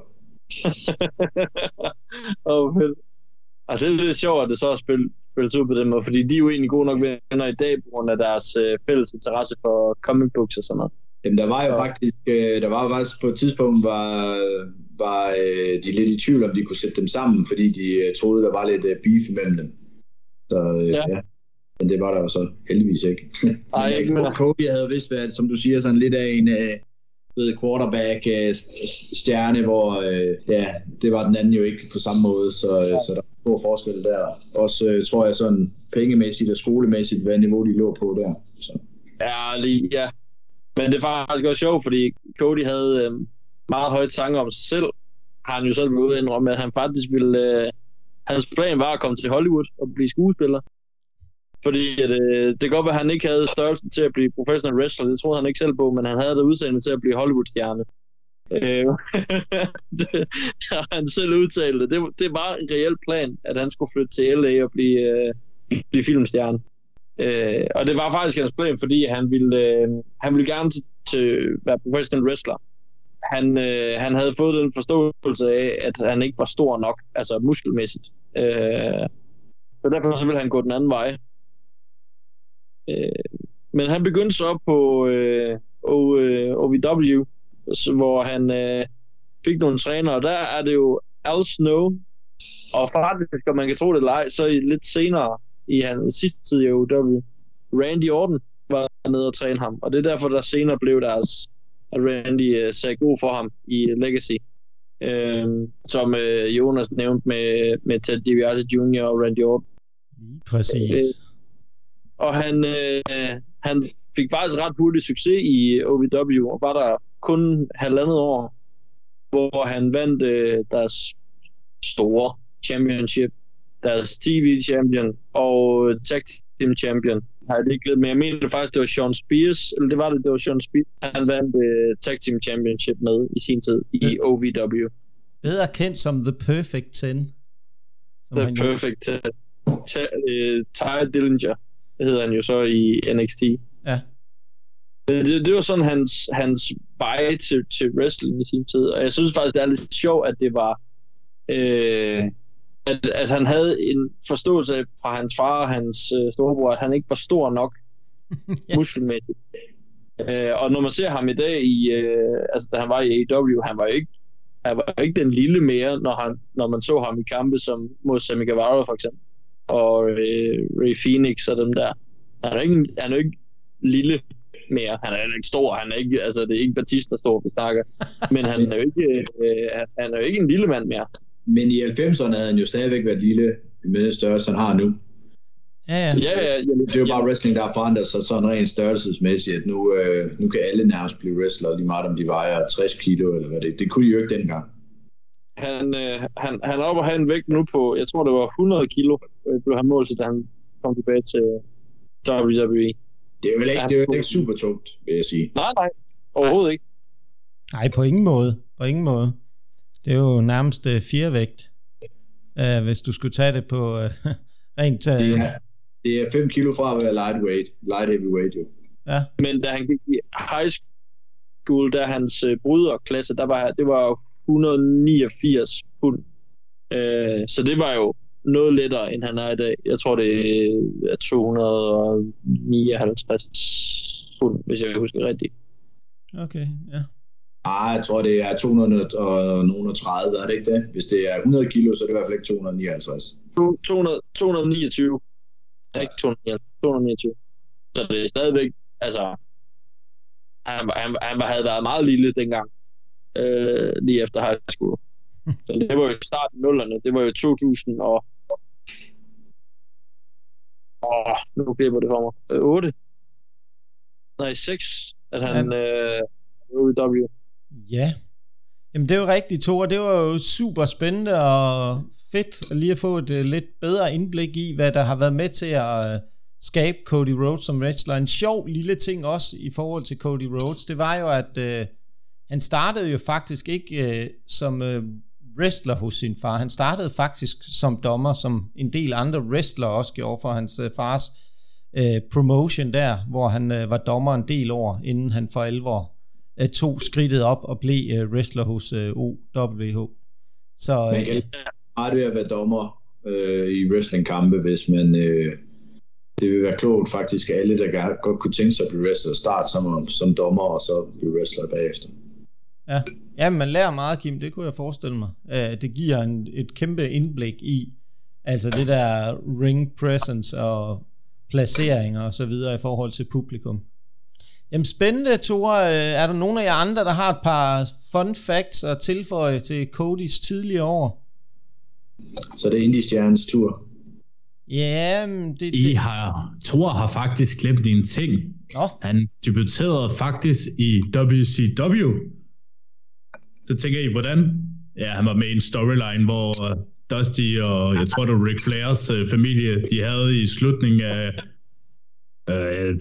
Åh, oh, fedt. Og det er lidt sjovt, at det så er spillet spillet ud på den måde, fordi de er jo egentlig gode nok venner i dag, på grund af deres øh, fælles interesse for comic books og sådan noget. Jamen, der var jo faktisk, øh, der var jo faktisk på et tidspunkt, var, var øh, de lidt i tvivl, om de kunne sætte dem sammen, fordi de øh, troede, der var lidt øh, beef imellem dem. Så øh, ja. ja, men det var der jo så heldigvis ikke. Ej, men, ikke øh, Kobe havde vist været, som du siger, sådan lidt af en øh, ved, quarterback øh, stjerne, hvor øh, ja, det var den anden jo ikke på samme måde, så, øh, så der var stor forskel der. Også øh, tror jeg sådan pengemæssigt og skolemæssigt, hvad niveau de lå på der. Så. Ja, lige, ja. Men det var faktisk også sjovt, fordi Cody havde øh, meget høje tanker om sig selv. Har han jo selv været ude indrømme, at han faktisk ville... Øh, hans plan var at komme til Hollywood og blive skuespiller. Fordi at, øh, det kan godt være, at han ikke havde størrelsen til at blive professional wrestler. Det troede han ikke selv på, men han havde det udseende til at blive Hollywood-stjerne. Øh, det har han selv udtalt det. Det var en reel plan, at han skulle flytte til L A og blive, øh, blive filmstjerne. Øh, og det var faktisk hans plan, fordi han ville, øh, han ville gerne til, til være professional wrestler. Han, øh, han havde fået den forståelse af, at han ikke var stor nok, altså muskelmæssigt. Øh, så derfor så ville han gå den anden vej. Øh, men han begyndte så på øh, o, øh, O V W, så, hvor han øh, fik nogle trænere, og der er det jo Al Snow, og faktisk, om man kan tro det eller ej, så lidt senere i hans sidste tid i O V W, Randy Orton var nede og træne ham, og det er derfor, der senere blev deres, at Randy uh, sagde god for ham i Legacy, øh, som uh, Jonas nævnte med, med Ted DiBiase junior og Randy Orton. Præcis. Øh, og han, øh, han fik faktisk ret hurtig succes i O V W, og var der kun halvandet år, hvor han vandt øh, deres store championship, deres T V champion og tag team champion. Har jeg ikke glemt, men jeg mener faktisk, det var Sean Spears, eller det var det, det var Sean Spears, han vandt uh, tag team championship med i sin tid i ja. O V W. Bedre kendt som The Perfect Ten. The Perfect Ten. Uh, Ty Dillinger, det hedder han jo så i N X T. Ja. Det, det var sådan hans, hans vej til, til wrestling i sin tid, og jeg synes faktisk, det er lidt sjovt, at det var... Øh, At, at han havde en forståelse fra hans far og hans øh, storebror, at han ikke var stor nok ja. muskelmæssigt. Øh, og når man ser ham i dag, i, øh, altså da han var i A E W, han var ikke, han var ikke den lille mere, når, han, når man så ham i kampe som mod Sammy Guevara for eksempel, og øh, Ray Phoenix og dem der. Han er ikke, han er ikke lille mere. Han er ikke stor. Han er ikke, altså det er ikke Batista stor, vi snakker. Men han er jo ikke, øh, han er jo ikke en lille mand mere. Men i halvfemserne havde han jo stadigvæk været lille, med den størrelse, han har nu. Ja, ja. ja, ja, ja det er jo bare wrestling, der har forandret sig sådan rent størrelsesmæssigt, at nu, øh, nu kan alle nærmest blive wrestler, lige meget om de vejer tres kilo, eller hvad det Det kunne de jo ikke dengang. Han, øh, han, han er oppe og have en vægt nu på, jeg tror det var hundrede kilo, øh, blev han målt til, da han kom tilbage til W W E. Det er jo ikke, det er jo ikke super tungt, vil jeg sige. Nej, nej, overhovedet nej. ikke. Nej, på ingen måde. På ingen måde. Det er jo nærmest uh, firevægt, uh, hvis du skulle tage det på uh, rent... Uh, det, er, det er fem kilo fra at være lightweight, light heavyweight jo. Ja. Men da han gik i high School, der hans øh, bryderklasse, der var, det var et hundrede og niogfirs pund. Øh, så det var jo noget lettere, end han er i dag. Jeg tror, det er to hundrede og nioghalvtreds pund, hvis jeg husker rigtigt. Okay, ja. Ah, jeg tror, det er to hundrede og tredive, er det ikke det? Hvis det er hundrede kilo, så er det i hvert fald ikke to hundrede og nioghalvtreds. to hundrede, to hundrede og niogtyve. Ja. Ikke to hundrede og niogtyve. Så det er stadigvæk, altså, han, han, han havde været meget lille dengang, øh, lige efter high school. Så det var jo i starten af nullerne, det var jo to tusind og... Åh, nu bliver det for mig. Øh, otte? Nej, seks, at han øh, var ude i W. Ja, jamen det er jo rigtigt, Thor. Det var jo super spændende og fedt at lige at få et uh, lidt bedre indblik i, hvad der har været med til at uh, skabe Cody Rhodes som wrestler. En sjov lille ting også i forhold til Cody Rhodes, det var jo, at uh, han startede jo faktisk ikke uh, som uh, wrestler hos sin far. Han startede faktisk som dommer, som en del andre wrestlere også gjorde for hans uh, fars uh, promotion der, hvor han uh, var dommer en del år, inden han for alvor tog skridtet op og blev uh, wrestler hos uh, O W H. Så uh, man kan meget ved at være dommer uh, i wrestlingkampe, hvis man uh, det vil være klogt faktisk alle, der godt kunne tænke sig at blive wrestler, starte som, som dommer og så blive wrestler bagefter. Ja, ja, man lærer meget, Kim, det kunne jeg forestille mig. Uh, det giver en, et kæmpe indblik i altså det der ring presence og placeringer og så videre i forhold til publikum. Jamen spændende, Thor. Er der nogen af jer andre, der har et par fun facts at tilføje til Codys tidligere år? Så det er Indie-stjernens tur. Ja, det... det... I har, Thor har faktisk glemt en ting. Oh. Han debuterede faktisk i W C W. Så tænker I, hvordan? Ja, han var med i en storyline, hvor Dusty og jeg tror det var Ric Flairs uh, familie, de havde i slutningen af... Uh,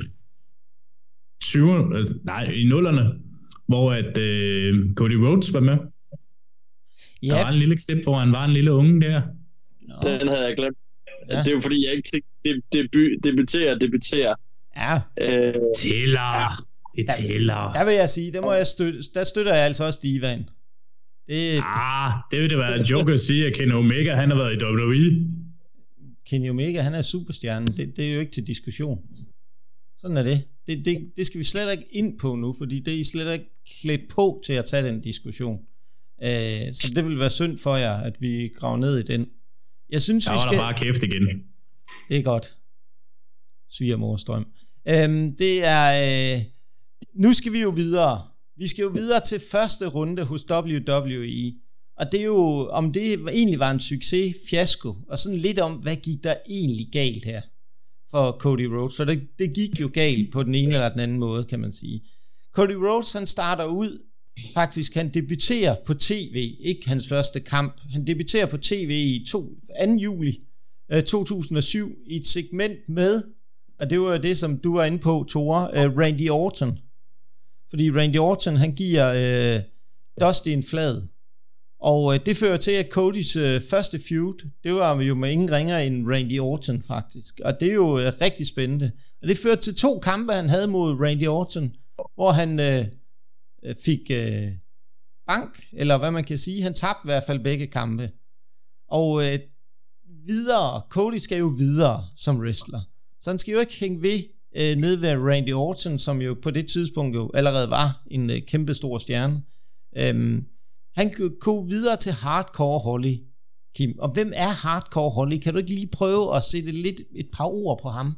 tyve, nej, i nullerne, hvor at øh, Cody Rhodes var med. Ja. Der var en lille klip, hvor han var en lille unge der. Nå. Den havde jeg glemt. Ja. Det er jo fordi, jeg ikke tænkte, debut, debuterer, debuterer. Ja. Øh, tæller. Det tæller. Der vil jeg sige, der, må jeg støtte, der støtter jeg altså også Divan. Det, ah, det vil det være en joke at sige, at Kenny Omega, han har været i W W E. Kenny Omega, han er superstjernen. Det, det er jo ikke til diskussion. Sådan er det. Det, det. det skal vi slet ikke ind på nu, fordi det er I slet ikke klædt på til at tage den diskussion. Uh, så det vil være synd for jer, at vi graver ned i den. Jeg synes, jeg vi skal... Der bare kæft igen. Det er godt. Svigermorstrøm. Um, det er... Uh... Nu skal vi jo videre. Vi skal jo videre til første runde hos W W E. Og det er jo, om det egentlig var en succes, fiasko, og sådan lidt om, hvad gik der egentlig galt her for Cody Rhodes, for det, det gik jo galt på den ene eller den anden måde, kan man sige. Cody Rhodes, han starter ud, faktisk han debuterer på tv, ikke hans første kamp, han debuterer på tv i anden juli to tusind og syv i et segment med, og det var det, som du var inde på, Thor, uh, Randy Orton. Fordi Randy Orton, han giver uh, Dusty en flad, og uh, det fører til, at Codys uh, første feud, det var jo med ingen ringere end Randy Orton faktisk. Og det er jo uh, rigtig spændende. Og det førte til to kampe, han havde mod Randy Orton, hvor han uh, fik uh, bank, eller hvad man kan sige. Han tabte i hvert fald begge kampe. Og uh, videre, Cody skal jo videre som wrestler. Så han skal jo ikke hænge ved uh, nede ved Randy Orton, som jo på det tidspunkt jo allerede var en uh, kæmpe stor stjerne. Um, Han kunne videre til Hardcore Holly, Kim. Og hvem er Hardcore Holly? Kan du ikke lige prøve at sætte lidt et par ord på ham?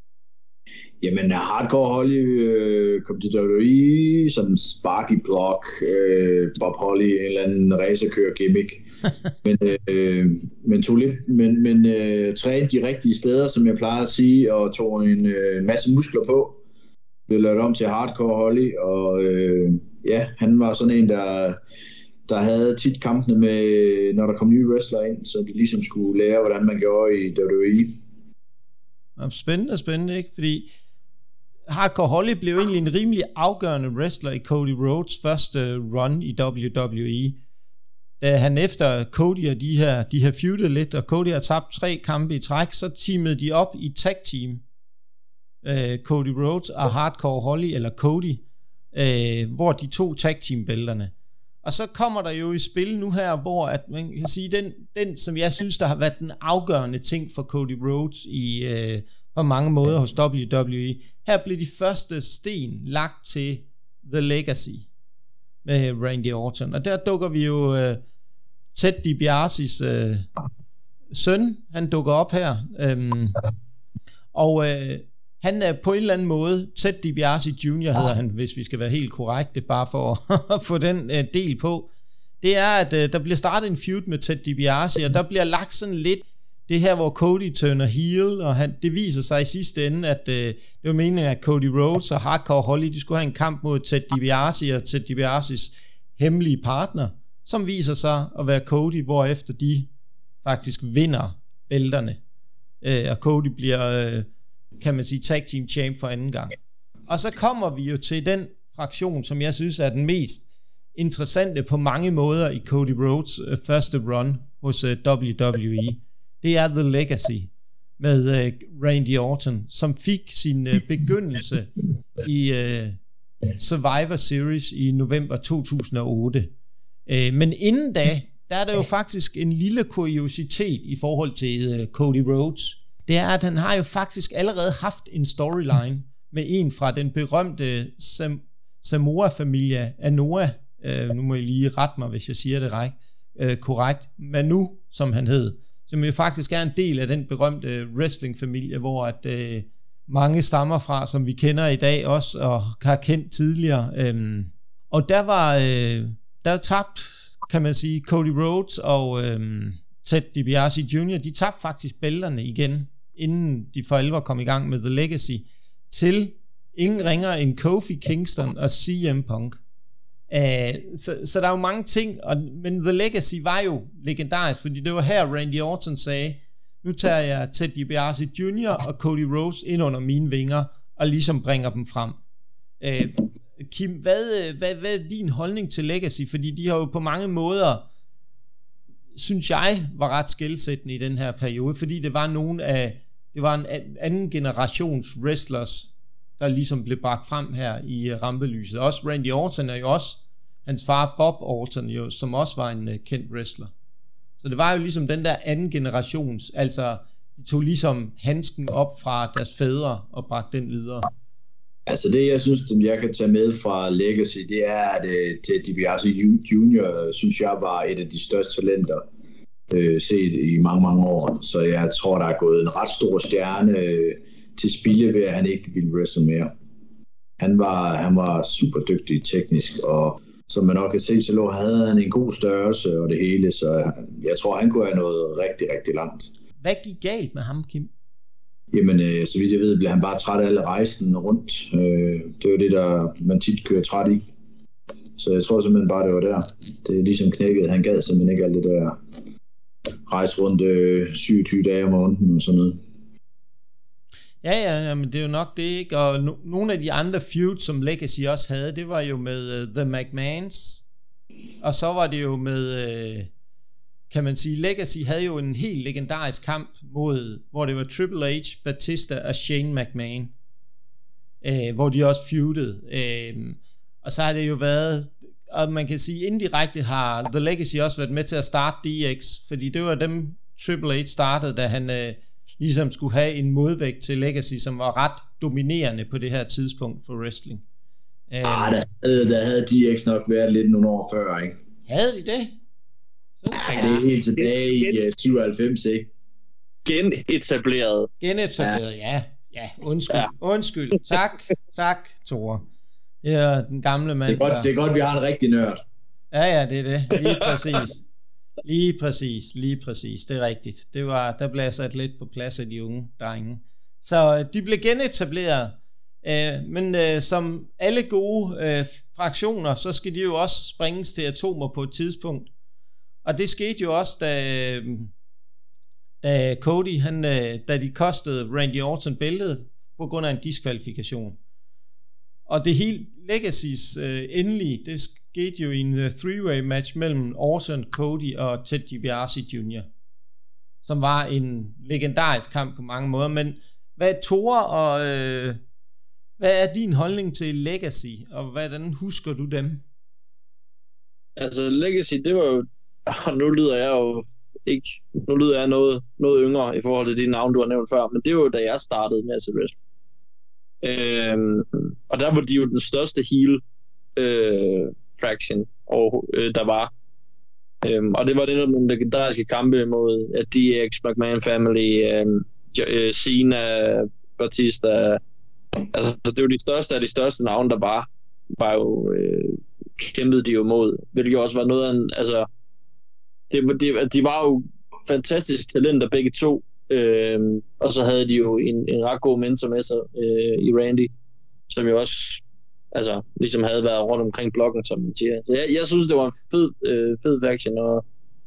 Jamen, Hardcore Holly øh, kom til W W E som Sparky Block, øh, Bob Holly, en eller anden racerkører gimmick. men, øh, men tog lidt, men, men øh, trænede de rigtige steder, som jeg plejer at sige, og tog en øh, masse muskler på. Det lavede om til Hardcore Holly, og øh, ja, han var sådan en, der der havde tit kampene med, når der kom nye wrestlere ind, så de ligesom skulle lære, hvordan man gjorde i W W E. Spændende, spændende, ikke? Fordi Hardcore Holly blev egentlig en rimelig afgørende wrestler i Cody Rhodes første run i W W E. Da han efter Cody og de her, de her feudede lidt, og Cody har tabt tre kampe i træk, så teamede de op i tag team. Uh, Cody Rhodes og Hardcore Holly, eller Cody. øh, hvor de to tag team bælterne. Og så kommer der jo i spil nu her, hvor at man kan sige, den, den som jeg synes, der har været den afgørende ting for Cody Rhodes i øh, på mange måder hos W W E. Her blev de første sten lagt til The Legacy med Randy Orton. Og der dukker vi jo øh, Ted DiBiase's øh, søn, han dukker op her. Øhm, og øh, han er på en eller anden måde, Ted DiBiase junior hedder han, hvis vi skal være helt korrekte, bare for at få den øh, del på. Det er, at øh, der bliver startet en feud med Ted DiBiase, og der bliver lagt sådan lidt det her, hvor Cody turner heel, og han, det viser sig i sidste ende, at øh, det var meningen, at Cody Rhodes og Hardcore Holly, de skulle have en kamp mod Ted DiBiase og Ted DiBiases hemmelige partner, som viser sig at være Cody, hvorefter de faktisk vinder bælterne. Øh, og Cody bliver, øh, kan man sige, tag team champ for anden gang. Og så kommer vi jo til den fraktion, som jeg synes er den mest interessante på mange måder i Cody Rhodes øh, første run hos øh, W W E. Det er The Legacy med øh, Randy Orton, som fik sin øh, begyndelse i øh, Survivor Series i november to tusind og otte. Øh, men inden da, der er der jo faktisk en lille kuriositet i forhold til øh, Cody Rhodes. Det er, at han har jo faktisk allerede haft en storyline med en fra den berømte Sam- Samoa-familie Anoa. Øh, nu må I lige rette mig, hvis jeg siger det ret, øh, korrekt. Manu, som han hed, som jo faktisk er en del af den berømte wrestling-familie, hvor at øh, mange stammer fra, som vi kender i dag også, og har kendt tidligere. Øhm, og der var øh, der tabt, kan man sige, Cody Rhodes og øh, Ted DiBiase junior, de tabte faktisk bælterne igen, inden de for alvor kom i gang med The Legacy, til ingen ringer end Kofi Kingston og C M Punk. Uh, så, så der er jo mange ting, og, men The Legacy var jo legendarisk, fordi det var her Randy Orton sagde, nu tager jeg Ted DiBiase junior og Cody Rhodes ind under mine vinger, og ligesom bringer dem frem. Uh, Kim, hvad, hvad, hvad er din holdning til Legacy? Fordi de har jo på mange måder, synes jeg, var ret skelsættende i den her periode, fordi det var nogle af, det var en anden generations wrestlers, der ligesom blev bragt frem her i rampelyset. Også Randy Orton er jo også, hans far Bob Orton jo, som også var en uh, kendt wrestler. Så det var jo ligesom den der anden generations, altså de tog ligesom handsken op fra deres fædre og bragte den videre. Altså det, jeg synes, jeg kan tage med fra Legacy, det er, at uh, Ted DiBiase junior, synes jeg, var et af de største talenter uh, set i mange, mange år. Så jeg tror, der er gået en ret stor stjerne uh, til spilde ved, at han ikke ville wrestle mere. Han var, han var super dygtig teknisk, og som man nok kan se, så lå, havde han en god størrelse og det hele, så jeg tror, han kunne have nået rigtig, rigtig langt. Hvad gik galt med ham, Kim? Jamen, øh, så vidt jeg ved, blev han bare træt af alle rejsen rundt. Øh, det var det, der man tit kører træt i. Så jeg tror simpelthen bare, det var der. Det er ligesom knækket. Han gad simpelthen ikke alt det der rejse rundt øh, syvogtyve dage om måneden og sådan noget. Ja, ja, ja, men det er jo nok det, ikke? Og no- nogle af de andre feuds, som Legacy også havde, det var jo med uh, The McMahons, og så var det jo med, uh, kan man sige, Legacy havde jo en helt legendarisk kamp mod, hvor det var Triple H, Batista og Shane McMahon, uh, hvor de også feudede. Uh, og så har det jo været, og man kan sige, indirekte har The Legacy også været med til at starte D X, fordi det var dem, Triple H startede, da han Uh, ligesom skulle have en modvægt til Legacy, som var ret dominerende på det her tidspunkt for wrestling. Ah, der, havde, der havde D X nok været lidt nogle år før, ikke? Havde de det? Så ja, det er helt tilbage i uh, syvoghalvfems, ikke? Genetableret. Genetableret, ja. Ja, ja undskyld. Ja. Undskyld. Tak, tak, Tore. Det er den gamle mand. Det er godt, der... det er godt vi har en rigtig nørd. Ja, ja, det er det. Lige præcis. Lige præcis, lige præcis, det er rigtigt. Det var, der blev sat lidt på plads af de unge drenge. Så de blev genetableret, øh, men øh, som alle gode øh, fraktioner, så skal de jo også springes til atomer på et tidspunkt. Og det skete jo også, da, da Cody, han, øh, da de kostede Randy Orton bæltet på grund af en diskvalifikation. Og det hele Legacy's øh, endelige, det skete jo i en uh, three-way match mellem Orton, Cody og Ted DiBiase junior, som var en legendarisk kamp på mange måder. Men hvad Tore og øh, Hvad er din holdning til Legacy, og hvordan husker du dem? Altså Legacy, det var jo, nu lyder jeg jo ikke, nu lyder jeg noget, noget yngre i forhold til de navne, du har nævnt før, men det var jo da jeg startede med at se wrestling. Øhm, og der var de jo den største heel øh, fraction, og, øh, der var. Øhm, og det var det nogle legendariske kampe mod uh, D X, McMahon Family, øh, Cena, Batista. Altså, det var de største af de største navne, der var, var jo, øh, kæmpede de jo mod, hvilket også var noget af en, altså, det, de, de var jo fantastisk talenter begge to, øh, og så havde de jo en, en ret god mentor med sig øh, i Randy, som jo også, altså, ligesom havde været rundt omkring blokken, som man siger. Så jeg, jeg synes, det var en fed, øh, fed faction, og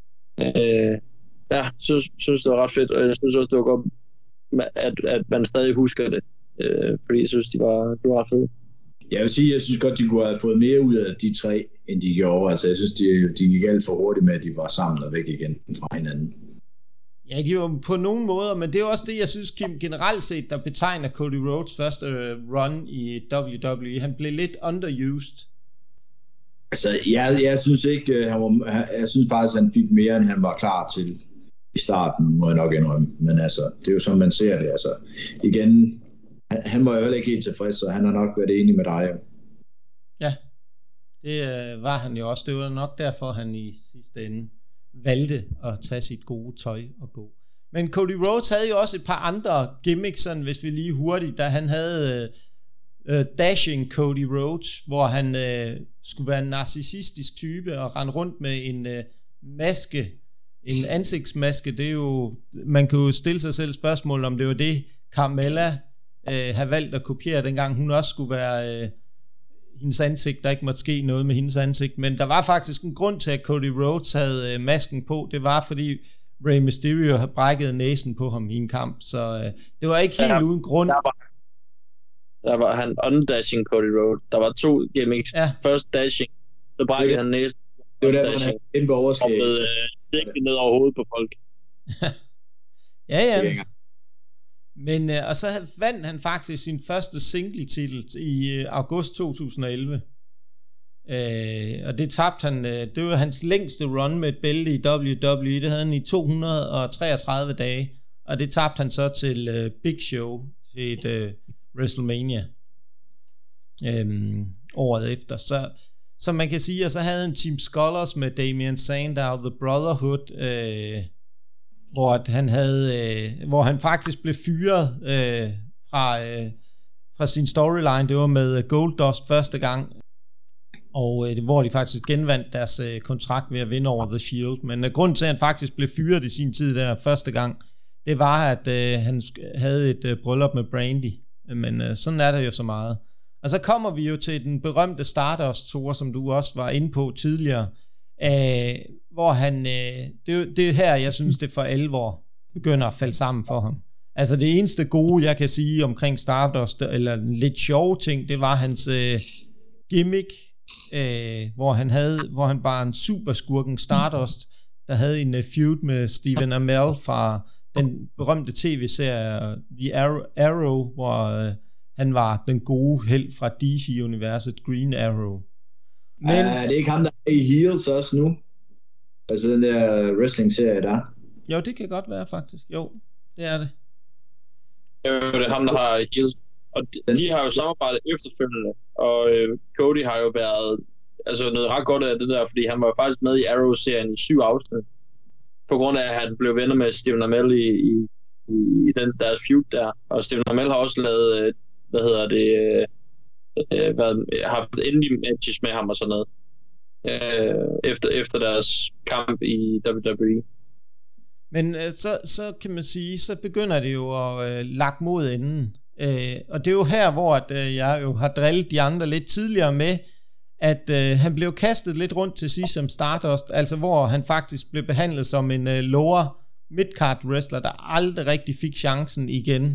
øh, ja, synes, synes, det var ret fedt, og jeg synes også, det var godt, at, at man stadig husker det. Øh, fordi jeg synes, de var, de var ret fede. Jeg vil sige, jeg synes godt, de kunne have fået mere ud af de tre, end de gjorde. Altså, jeg synes, de, de gik alt for hurtigt med, at de var sammen og væk igen fra hinanden. Ja, de var på nogle måder, men det er også det, jeg synes, Kim, generelt set, der betegner Cody Rhodes første run i W W E. Han blev lidt underused. Altså, jeg, jeg synes ikke, han var, jeg synes faktisk, han fik mere, end han var klar til i starten, må jeg nok indrømme. Men altså, det er jo sådan, man ser det. Altså, igen, han var jo heller ikke helt tilfreds, så han har nok været enig med dig. Ja, det øh, var han jo også. Det var nok derfor, han i sidste ende valgte at tage sit gode tøj og gå. Men Cody Rhodes havde jo også et par andre gimmicks, sådan, hvis vi lige hurtigt, da han havde øh, øh, Dashing Cody Rhodes, hvor han øh, skulle være en narcissistisk type og rende rundt med en øh, maske, en ansigtsmaske. Det er jo, man kan jo stille sig selv spørgsmål, om det var det, Carmella Øh, have valgt at kopiere, dengang hun også skulle være øh, hendes ansigt, der ikke måtte ske noget med hendes ansigt, men der var faktisk en grund til, at Cody Rhodes havde øh, masken på. Det var, fordi Rey Mysterio havde brækket næsen på ham i en kamp, så øh, det var ikke helt ja, uden grund. Der var, der var han undashing Cody Rhodes. Der var to gimmicks. Ja. Først dashing, så brækkede han næsen. Det var der, hvor han inde på overskæg. Og blev øh, stikket ned over hovedet på folk. ja, ja. Men, øh, og så vandt han faktisk sin første single-titel i øh, august to tusind og elleve. Øh, og det tabte han, øh, det var hans længste run med et bælte i W W E, det havde han i to hundrede og treogtredive dage, og det tabte han så til øh, Big Show, til et øh, WrestleMania øh, året efter. Så, så man kan sige, at så havde han Team Scholars med Damien Sandow, The Brotherhood, øh, hvor han havde, øh, hvor han faktisk blev fyret øh, fra øh, fra sin storyline. Det var med Goldust første gang, og øh, hvor de faktisk genvandt deres øh, kontrakt ved at vinde over The Shield. Men øh, grunden til, at han faktisk blev fyret i sin tid der første gang, det var, at øh, han havde et øh, bryllup med Brandy. Men øh, sådan er det jo så meget. Og så kommer vi jo til den berømte Stardust Tour, som du også var inde på tidligere, øh, hvor han, øh, det, det er her, jeg synes, det for alvor begynder at falde sammen for ham. Altså det eneste gode, jeg kan sige omkring Stardust, eller lidt sjove ting, det var hans øh, gimmick, øh, hvor han havde, hvor han var en superskurken Stardust, der havde en uh, feud med Stephen Amell fra den berømte tv-serie The Arrow, Arrow hvor uh, han var den gode held fra D C-universet Green Arrow. Men uh, det er ikke ham, der er i Heels også nu? Altså den der wrestling-serie der? Jo, det kan godt være faktisk. Jo, det er det. Jo, det er ham, der har Heels. Og de, de har jo samarbejdet efterfølgende, og øh, Cody har jo været altså noget ret godt af det der, fordi han var faktisk med i Arrow-serien i syv afsnit, på grund af, at han blev venner med Stephen Amell i, i, i den deres feud der. Og Stephen Amell har også lavet, øh, hvad hedder det, øh, været, haft indie matches med ham og sådan noget, øh, efter, efter deres kamp i W W E. Men øh, så, så kan man sige, så begynder det jo at øh, lakke mod enden. Øh, og det er jo her, hvor at, øh, jeg jo har drillet de andre lidt tidligere med, at øh, han blev kastet lidt rundt til sidst som Stardust, altså hvor han faktisk blev behandlet som en øh, lower midcard wrestler, der aldrig rigtig fik chancen igen.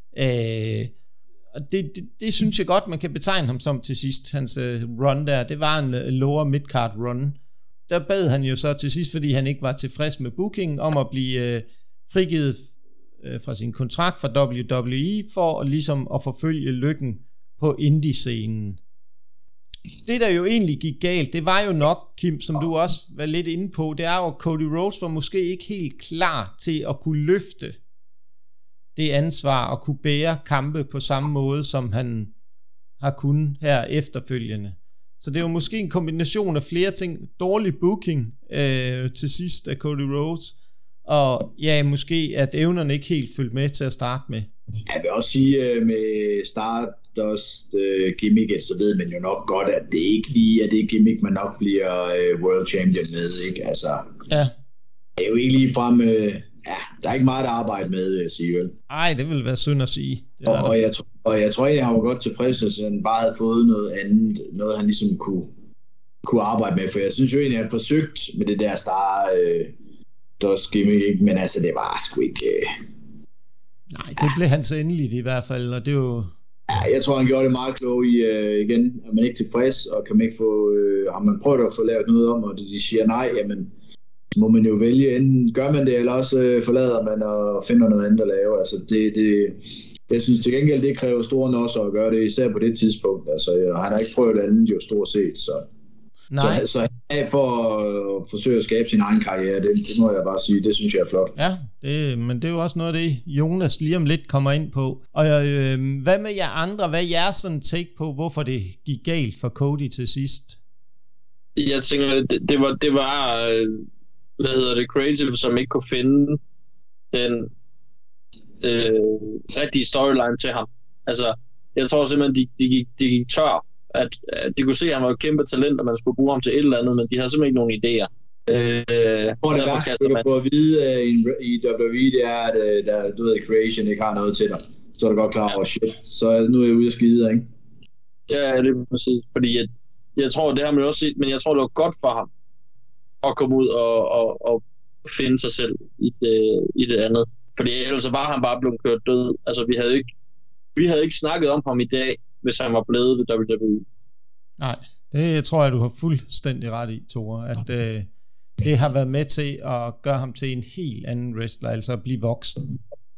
Øh, og det, det, det synes jeg godt, man kan betegne ham som til sidst. Hans øh, run der, det var en øh, lower midcard run. Der bad han jo så til sidst, fordi han ikke var tilfreds med booking, om at blive øh, frigivet øh, fra sin kontrakt fra W W E, for ligesom at forfølge lykken på indie-scenen. Det, der jo egentlig gik galt, det var jo nok, Kim, som du også var lidt inde på, det er jo, at Cody Rhodes var måske ikke helt klar til at kunne løfte det ansvar og kunne bære kampe på samme måde, som han har kunnet her efterfølgende. Så det er jo måske en kombination af flere ting. Dårlig booking øh, til sidst af Cody Rhodes, og ja, måske at evnerne ikke helt følte med til at starte med. Jeg vil også sige, med Stardust uh, gimmicket, så ved man jo nok godt, at det ikke lige er det gimmick, man nok bliver uh, World Champion med, ikke? Altså, ja. Det er jo ikke lige frem, uh, ja, der er ikke meget at arbejde med, vil jeg sige, vel? Ej, det ville være synd at sige. Det og, og, jeg, og jeg tror egentlig, han var godt tilfreds, hvis han bare havde fået noget andet, noget han ligesom kunne, kunne arbejde med, for jeg synes jo egentlig, at han forsøgt med det der Stardust uh, gimmick, ikke? Men altså, det var sgu ikke... Uh, Nej, det blev hans endeligt i hvert fald, og det er jo... Ja, jeg tror, han gjorde det meget klogt i, øh, igen, er man ikke tilfreds, og kan man ikke få... Øh, har man prøvet at få lavet noget om, og de siger nej, jamen, må man jo vælge, enten gør man det, eller også øh, forlader man og finder noget andet at lave. Altså, det, det, jeg synes til gengæld, det kræver store nosser at gøre det, især på det tidspunkt. Altså, han har ikke prøvet andet jo stort set, så... Nej. Så, så for at forsøge at skabe sin egen karriere, det, det må jeg bare sige, det synes jeg er flot. Ja, det, men det er jo også noget af det, Jonas lige om lidt kommer ind på. Og øh, hvad med jer andre? Hvad er jeres sådan take på, hvorfor det gik galt for Cody til sidst? Jeg tænker, det, det var, det var hvad hedder det, Creative, som ikke kunne finde den øh, rigtige storyline til ham. Altså, jeg tror simpelthen, de, de, gik, de gik tør. At, at de kunne se, at han var et kæmpe talent, og man skulle bruge ham til et eller andet, men de havde simpelthen ikke nogen idéer. Øh, og det værste, du får at vide uh, i, i W W E, det er, at uh, der, du ved, Creation ikke har noget til dig. Så er du godt klar over, ja. Shit, så nu er jeg ude at skide, ikke? Ja, det er præcis. Fordi jeg, jeg tror, det har man jo også set, men jeg tror, det var godt for ham at komme ud og, og, og finde sig selv i det, i det andet. Fordi ellers var han bare blevet kørt død. Altså, vi havde ikke, vi havde ikke snakket om ham i dag, hvis han var blevet ved W W E. Nej, det tror jeg, du har fuldstændig ret i, Tore, at øh, det har været med til at gøre ham til en helt anden wrestler, altså at blive voksen.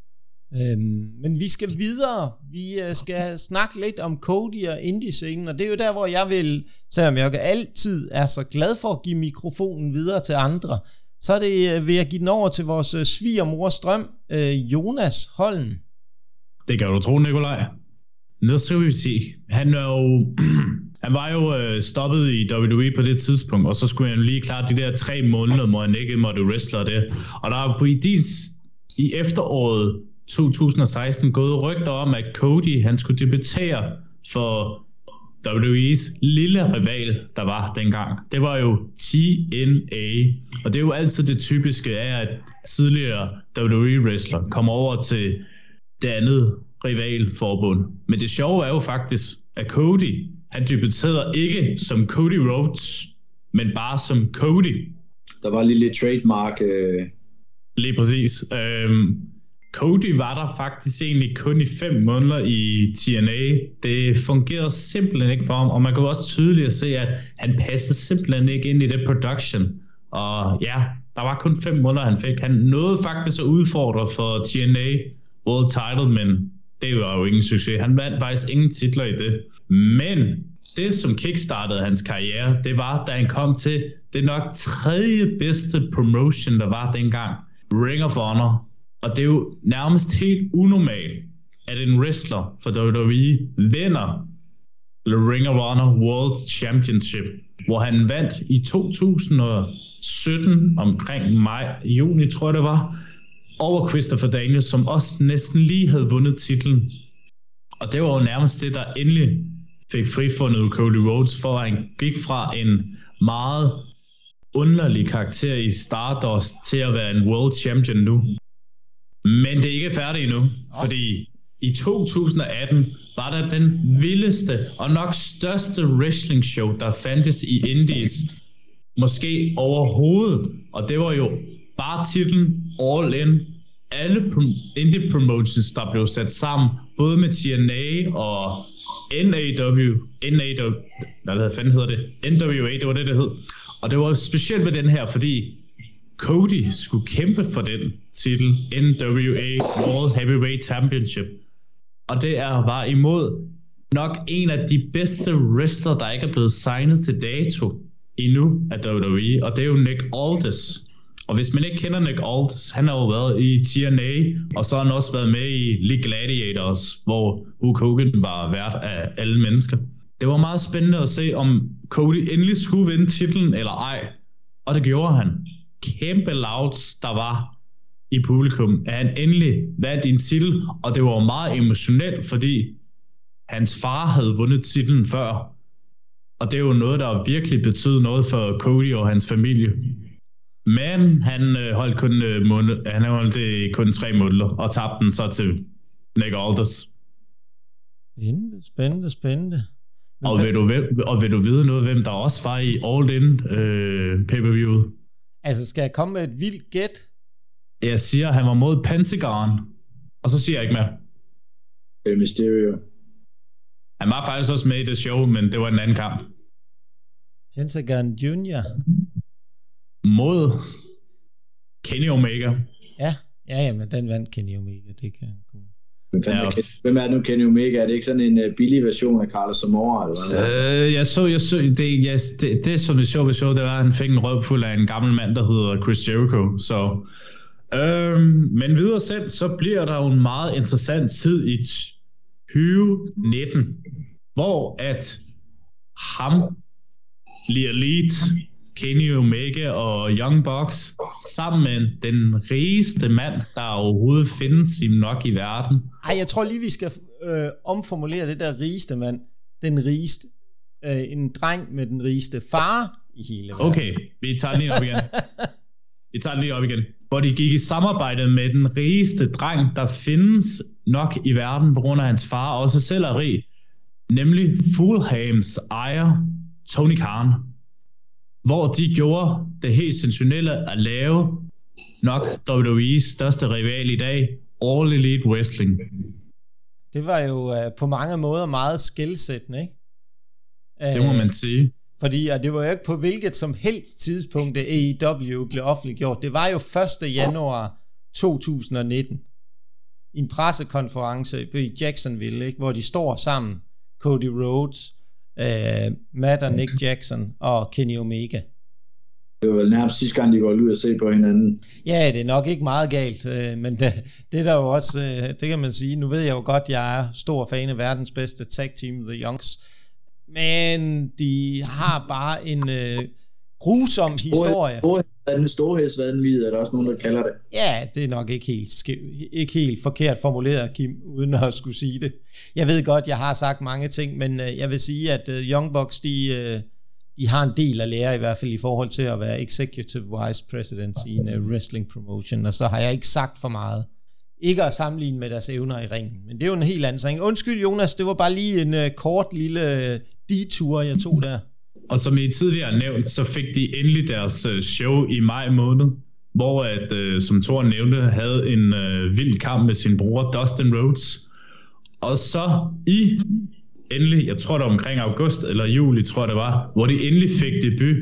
Øhm, men vi skal videre. Vi øh, skal snakke lidt om Cody og indie-scenen, og det er jo der, hvor jeg vil, selvom jeg altid er så glad for at give mikrofonen videre til andre, så er det øh, ved at give den over til vores øh, svigermors drøm, øh, Jonas Holm. Det kan du tro, Nikolaj. Nu skal vi se. Han er jo, han var jo øh, stoppet i W W E på det tidspunkt, og så skulle han lige klare de der tre måneder, hvor han ikke måtte wrestle det. Og der er på i, i efteråret to tusind og seksten gået rygter om, at Cody han skulle debutere for W W E's lille rival, der var dengang. Det var jo T N A, og det er jo altid det typiske af, at tidligere W W E-wrestler kommer over til det andet rivalforbund. Men det sjove er jo faktisk, at Cody, han debuterede ikke som Cody Rhodes, men bare som Cody. Der var lige lidt trademark. Øh... Lige præcis. Øhm, Cody var der faktisk egentlig kun i fem måneder i T N A. Det fungerede simpelthen ikke for ham, og man kunne også tydeligt se, at han passede simpelthen ikke ind i det production. Og ja, der var kun fem måneder, han fik. Han nåede faktisk at udfordre for T N A World Title, men det var jo ingen succes. Han vandt faktisk ingen titler i det. Men det, som kickstartede hans karriere, det var, da han kom til det nok tredje bedste promotion, der var dengang. Ring of Honor. Og det er jo nærmest helt unormalt, at en wrestler for W W E vinder The Ring of Honor World Championship, hvor han vandt i to tusind og sytten omkring maj, juni tror jeg det var, over Christopher Daniels, som også næsten lige havde vundet titlen. Og det var jo nærmest det, der endelig fik frifundet Cody Rhodes, for at han gik fra en meget underlig karakter i Stardust til at være en world champion nu. Men det er ikke færdigt endnu, fordi i to tusind og atten var der den vildeste og nok største wrestling show, der fandtes i Indies, måske overhovedet. Og det var jo bare titlen All In. Alle indie promotions, der blev sat sammen, både med T N A og N A W, N A W, hvad fanden hedder det? N W A, det var det, det hed. Og det var specielt med den her, fordi Cody skulle kæmpe for den titel, N W A World Heavyweight Championship. Og det er, var imod nok en af de bedste wrestler, der ikke er blevet signet til dato endnu af W W E, og det er jo Nick Aldis. Og hvis man ikke kender Nick Aldis, han har jo været i T N A, og så har han også været med i League Gladiators, hvor Hulk Hogan var vært af alle mennesker. Det var meget spændende at se, om Cody endelig skulle vinde titlen eller ej. Og det gjorde han. Kæmpe louds, der var i publikum, at han endelig vandt en titel, og det var meget emotionelt, fordi hans far havde vundet titlen før. Og det er jo noget, der virkelig betød noget for Cody og hans familie. Men han øh, holdt kun øh, måned, han holdt det kun tre måneder og tabte den så til Nick Aldis. Spændende, spændende, spændende. Men og, vil du, og vil du vide noget, hvem der også var i All In øh, pay-per-viewet? Altså, skal jeg komme med et vildt gæt? Jeg siger, han var mod Pentagon, og så siger jeg ikke mere. Rey Mysterio. Han var faktisk også med i det show, men det var en anden kamp. Pentagon junior Mod Kenny Omega. Ja, ja, ja, men den vandt Kenny Omega, det kan han kunne. Ja. Hvem er det nu, Kenny Omega? Er det ikke sådan en uh, billig version af Carlos Zamora? Eller øh, jeg så, jeg så, det, yes, det, det som det sjove show, det var, at han fik en røvfuld af en gammel mand, der hedder Chris Jericho. Så, øhm, men videre selv, så bliver der jo en meget interessant tid i tyve nitten, hvor at ham, The Elite, Kenny Omega og Young Bucks sammen med den rigeste mand, der overhovedet findes i nok i verden. Ej, jeg tror lige, vi skal øh, omformulere det der rigeste mand. Den rigeste. Øh, en dreng med den rigeste far i hele verden. Okay, vi tager den lige op igen. Vi tager den lige op igen. Hvor de gik i samarbejde med den rigeste dreng, der findes nok i verden, på grund af hans far også selv er rig. Nemlig Fulhams ejer, Tony Khan. Hvor de gjorde det helt sensationelle at lave nok W W E's største rival i dag, All Elite Wrestling. Det var jo uh, på mange måder meget skelsættende, ikke? Det må man sige. Fordi, og det var jo ikke på hvilket som helst tidspunkt, at A E W blev offentliggjort. Det var jo første januar to tusind nitten. I en pressekonference i Jacksonville, ikke? Hvor de står sammen, Cody Rhodes, Uh, Matt og Nick Jackson og Kenny Omega. Det var vel nærmest sidste gang, de går ud og se på hinanden. Ja, det er nok ikke meget galt, uh, men det, det er der jo også, uh, det kan man sige. Nu ved jeg jo godt, jeg er stor fan af verdens bedste tag team, The Youngs, men de har bare en uh, grusom historie. Den storhedsvanvid, er der også nogen, der kalder det. Ja, det er nok ikke helt, ikke helt forkert formuleret, Kim, uden at skulle sige det. Jeg ved godt, jeg har sagt mange ting, men uh, jeg vil sige, at uh, Young Bucks, de, uh, de har en del at lære, i hvert fald i forhold til at være executive vice president i en uh, wrestling promotion, og så har jeg ikke sagt for meget. Ikke at sammenligne med deres evner i ringen, men det er jo en helt anden ting. Undskyld, Jonas, det var bare lige en uh, kort lille uh, detur, jeg tog der. Og som I tidligere nævnt, så fik de endelig deres show i maj måned, hvor at, som Thor nævnte, havde en uh, vild kamp med sin bror Dustin Rhodes. Og så i endelig, jeg tror det var omkring august eller juli, tror jeg det var, hvor de endelig fik debut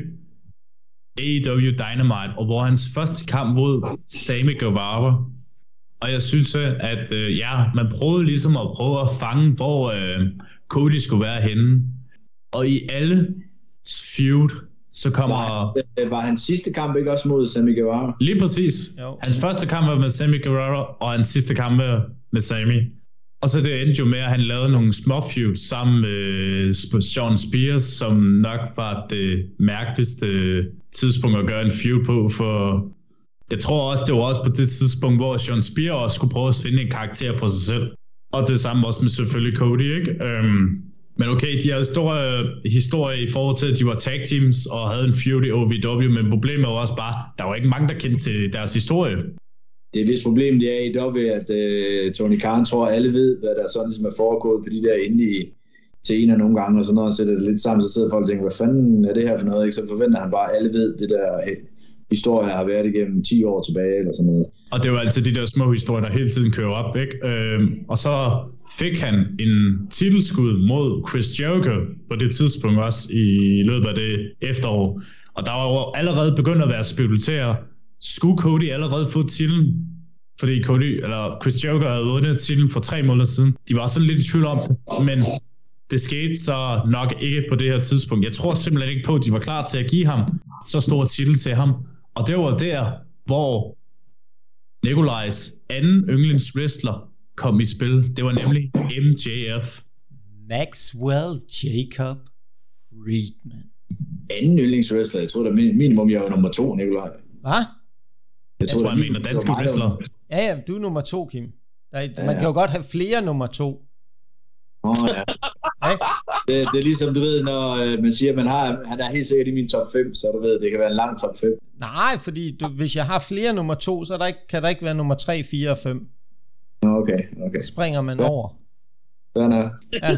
A E W Dynamite, og hvor hans første kamp mod Sammy Guevara. Og jeg synes, at uh, ja, man prøvede ligesom at prøve at fange, hvor uh, Cody skulle være henne. Og i alle feud, så kommer... Var, var hans sidste kamp ikke også mod Sammy Guevara? Lige præcis. Jo. Hans første kamp var med Sammy Guevara, og hans sidste kamp med Sammy. Og så det endte jo med, at han lavede nogle små feuds sammen med Sean Spears, som nok var det mærkeligste tidspunkt at gøre en feud på, for jeg tror også, det var også på det tidspunkt, hvor Sean Spears også skulle prøve at finde en karakter for sig selv. Og det samme også med selvfølgelig Cody, ikke? Um, Men okay, de havde store historie i forhold til, at de var tag teams og havde en feud i O V W, men problemet var også bare, der var ikke mange, der kendte til deres historie. Det er et vist problem, det er i W, at uh, Tony Khan tror, at alle ved, hvad der sådan ligesom er foregået på de der endelige scener nogle gange, og så når han sætter det lidt sammen, så sidder folk og tænker, hvad fanden er det her for noget? Ikke? Så forventer han bare, at alle ved, det der historie har været igennem ti år tilbage, eller sådan noget. Og det var altid de der små historier, der hele tiden kører op, ikke? Øhm, og så fik han en titelskud mod Chris Jericho på det tidspunkt også i løbet af det efterår. Og der var jo allerede begyndt at være spekuleret, skulle Cody allerede få titlen? Fordi Cody, eller Chris Jericho havde vundet titlen for tre måneder siden. De var sådan lidt i tvivl om det, men det skete så nok ikke på det her tidspunkt. Jeg tror simpelthen ikke på, at de var klar til at give ham så stor titel til ham. Og det var der, hvor Nikolajs anden yndlingswrestler kom i spil. Det var nemlig M J F. Maxwell Jacob Friedman. Anden yndlingswrestler. Jeg tror, der minimum, jeg var nummer to, Nikolaj. Hvad? Jeg, jeg tror, jeg mener danske wrestler. Ja, ja, du er nummer to, Kim. Der er, ja, man kan jo godt have flere nummer to. Åh, oh, ja. det, det er ligesom, du ved, når øh, man siger, at man har, han er helt sikkert i min top fem, så du ved, det kan være en lang top fem. Nej, fordi du, hvis jeg har flere nummer to, så der ikke, kan der ikke være nummer tre, fire og fem. Okay, okay. Så springer man ja. over. Sådan er. Ja.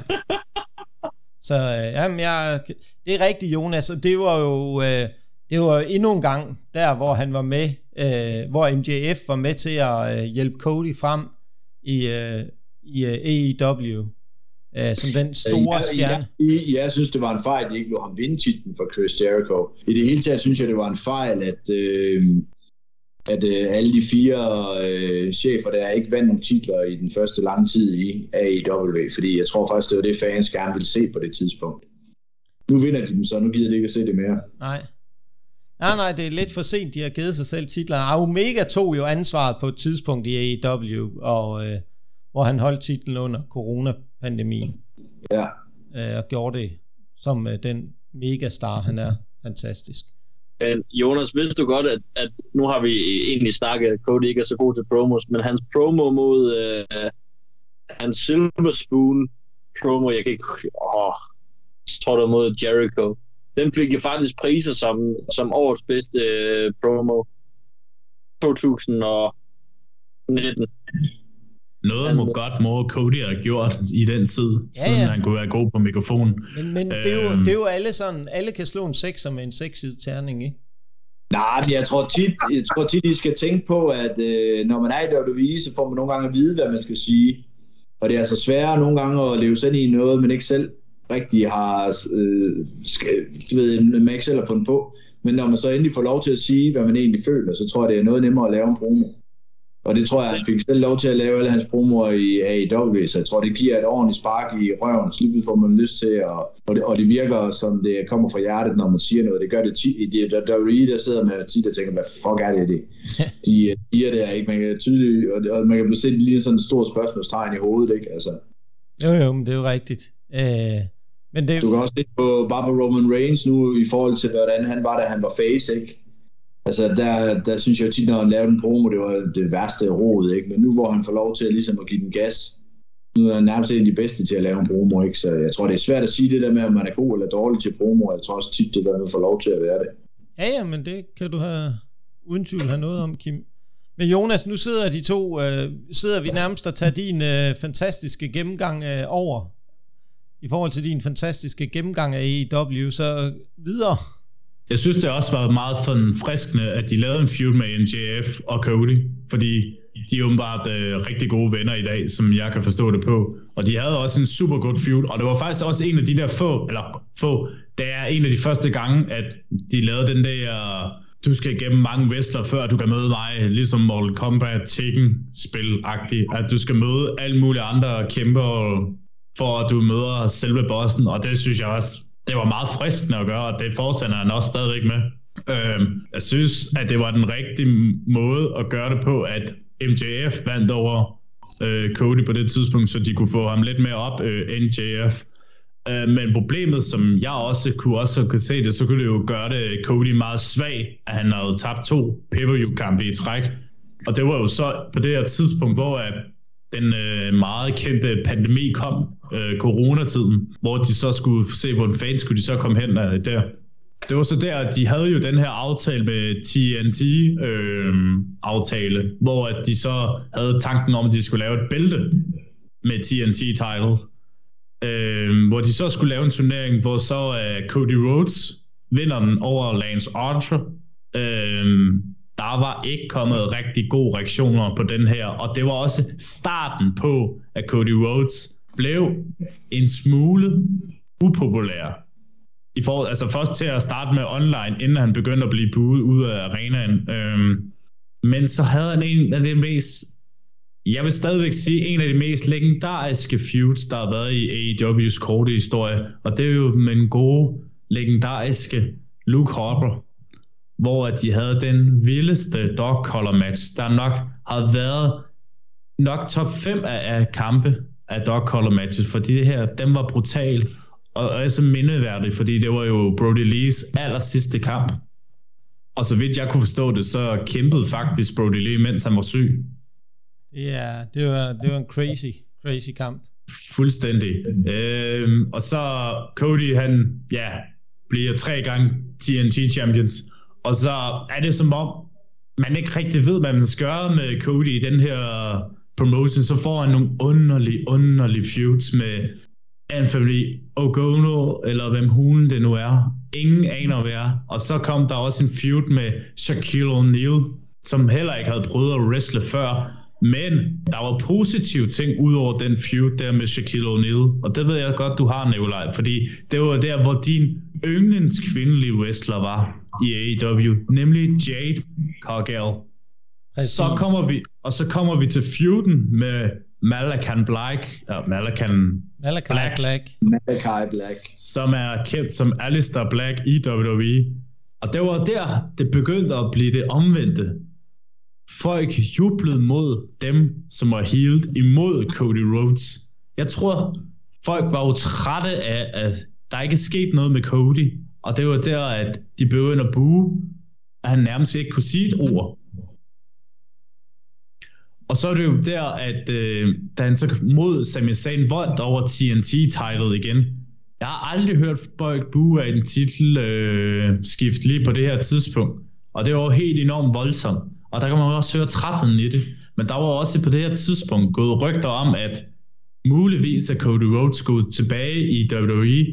Så øh, jamen, jeg, det er rigtigt, Jonas, og det var jo øh, det var endnu en gang der, hvor han var med, øh, hvor M J F var med til at øh, hjælpe Cody frem i, øh, i øh, A E W. Uh, som den store stjerne. Jeg, jeg, jeg synes, det var en fejl, at de ikke lå ham vinde titlen for Chris Jericho. I det hele taget synes jeg, det var en fejl, at, øh, at øh, alle de fire øh, chefer der ikke vandt nogle titler i den første lange tid i A E W, fordi jeg tror faktisk, det var det, fans gerne ville se på det tidspunkt. Nu vinder de dem, så nu gider de ikke at se det mere. Nej. Nej, nej, det er lidt for sent, de har givet sig selv titler. Omega tog jo ansvaret på et tidspunkt i A E W, og, øh, hvor han holdt titlen under corona-pandemien. Ja. Øh, og gjorde det som øh, den megastar, han er. Fantastisk. Men Jonas, vidste du godt, at, at nu har vi egentlig snakket, at Cody ikke er så god til promos, men hans promo mod øh, hans Silver Spoon promo, jeg kan ikke, åh, jeg tror det var mod Jericho, den fik jo faktisk priser som, som årets bedste øh, promo to tusind nitten. Noget må godt må Cody have gjort i den tid, ja, siden ja. han kunne være god på mikrofonen. Men, men det, er jo, øhm. det er jo alle sådan, alle kan slå en sekser med en sekssidet terning, ikke? Nej, jeg tror tit, jeg tror tit, I skal tænke på, at øh, når man er i W W E, så får man nogle gange at vide, hvad man skal sige. Og det er altså sværere nogle gange at leve sig i noget, man ikke selv rigtig har, øh, skal, ved, man ikke selv har fundet på. Men når man så endelig får lov til at sige, hvad man egentlig føler, så tror jeg, det er noget nemmere at lave en promo. Og det tror jeg, han fik selv lov til at lave alle hans promoer i A E W, så jeg tror, det giver et ordentligt spark i røven, så lige får man lyst til, og, og, det, og det virker som det kommer fra hjertet, når man siger noget. Det gør det tit, i det W W E, der sidder man tit og tænker, hvad fuck er det, det? De siger det ikke, man kan tydeligt, og, og man kan blive set lige sådan et stort spørgsmålstegn i hovedet, ikke? Altså. Jo, jo, men det er jo rigtigt. Øh, men det... Du kan også se på, bare på Roman Reigns nu, i forhold til, hvordan han var, da han var face, ikke? Altså, der, der synes jeg jo tit, når han lavede en promo, det var det værste rod, ikke? Men nu, hvor han får lov til at, ligesom at give den gas, nu er han nærmest en af de bedste til at lave en promo, ikke? Så jeg tror, det er svært at sige det der med, om man er god eller dårlig til promo. Jeg tror også tit, det der med at få lov til at være det. Ja, ja, men det kan du have, uden tvivl have noget om, Kim. Men Jonas, nu sidder de to, øh, sidder vi nærmest og tager din øh, fantastiske gennemgang øh, over, i forhold til din fantastiske gennemgang af A E W, så videre. Jeg synes, det også var meget friskende, at de lavede en feud med M J F og Cody, fordi de er åbenbart øh, rigtig gode venner i dag, som jeg kan forstå det på. Og de havde også en super god feud, og det var faktisk også en af de der få, eller få, det er en af de første gange, at de lavede den der, du skal igennem mange wrestler, før du kan møde mig, ligesom Mortal Kombat Tekken-spil-agtigt, at du skal møde alle mulige andre kæmper, for at du møder selve bossen, og det synes jeg også, det var meget friskende at gøre, og det fortsætter han også stadigvæk med. Øhm, jeg synes, at det var den rigtige måde at gøre det på, at M J F vandt over øh, Cody på det tidspunkt, så de kunne få ham lidt mere op, øh, N J F. Øh, men problemet, som jeg også kunne, også kunne se det, så kunne det jo gøre det Cody meget svag, at han havde tabt to pay-per-view-kampe i træk. Og det var jo så på det her tidspunkt, hvor at den øh, meget kendte pandemi kom, øh, coronatiden, hvor de så skulle se, hvor en fan skulle de så komme hen øh, der. Det var så der, de havde jo den her aftale med T N T-aftale, øh, hvor at de så havde tanken om, at de skulle lave et bælte med T N T-title. Øh, hvor de så skulle lave en turnering, hvor så øh, Cody Rhodes vinder den over Lance Archer. Øh, Der var ikke kommet rigtig gode reaktioner på den her, og det var også starten på, at Cody Rhodes blev en smule upopulær. I forhold, altså først til at starte med online, inden han begyndte at blive buet ud af arenaen. Øhm, men så havde han en af de mest Jeg vil stadigvæk sige, en af de mest legendariske feuds, der har været i A E W's korte historie, og det er jo med en gode, legendariske Luke Harper, hvor de havde den vildeste dog collar match, der nok har været nok top fem af, af kampe af dog collar matches, for det her, dem var brutal og også mindeværdig, fordi det var jo Brody Lees aller sidste kamp. Og så vidt jeg kunne forstå det, så kæmpede faktisk Brody Lee, mens han var syg. Ja, det var, det var en crazy, crazy kamp. Fuldstændig. Øhm, og så Cody, han ja, bliver tre gange T N T champions. Og så er det som om, man ikke rigtig ved, hvad man skal gøre med Cody i den her promotion. Så får han nogle underlige, underlige feuds med Anthony Ogono, eller hvem hulen det nu er. Ingen aner hvad er. Og så kom der også en feud med Shaquille O'Neal, som heller ikke havde prøvet at wrestle før. Men der var positive ting ud over den feud der med Shaquille O'Neal. Og det ved jeg godt, du har, Nikolaj. Fordi det var der, hvor din yndlingskvindelige wrestler var i A E W. Nemlig Jade Cargill. Så kommer vi, og så kommer vi til feuden med Malakai Black. Ja, Malakai Malakai Black. Black. Malakai Black. Som er kendt som Aleister Black i W W E. Og det var der, det begyndte at blive det omvendte. Folk jublede mod dem, som var healed imod Cody Rhodes. Jeg tror, folk var jo trætte af, at der ikke er sket noget med Cody. Og det var der, at de begyndte at buge, at han nærmest ikke kunne sige et ord. Og så er det jo der, at øh, da han så mod Sami Zayn voldt over T N T-titlet igen. Jeg har aldrig hørt folk buge af en titelskift øh, lige på det her tidspunkt. Og det var helt enormt voldsomt. Og der kan man også høre trætheden i det. Men der var også på det her tidspunkt gået rygter om, at muligvis er Cody Rhodes gået tilbage i W W E.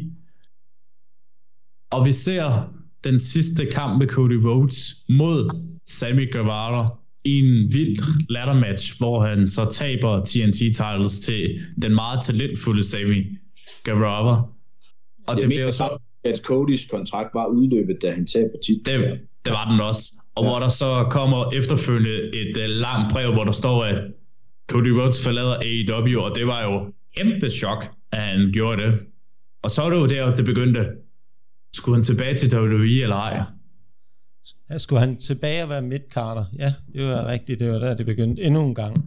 Og vi ser den sidste kamp med Cody Rhodes mod Sammy Guevara i en vild laddermatch, hvor han så taber T N T-titles til den meget talentfulde Sammy Guevara. Og det, det bliver så, at Codys kontrakt var udløbet, da han taber titlen. Det, det var den også. Og ja. Hvor der så kommer efterfølgende et uh, langt brev, hvor der står, at Cody Rhodes forlader A E W, og det var jo kæmpe chok, at han gjorde det. Og så var det jo der, det begyndte. Skulle han tilbage til W W E eller ej? Ja, skulle han tilbage og være midcarter? Ja, det var rigtigt. Det var der, det begyndte endnu en gang.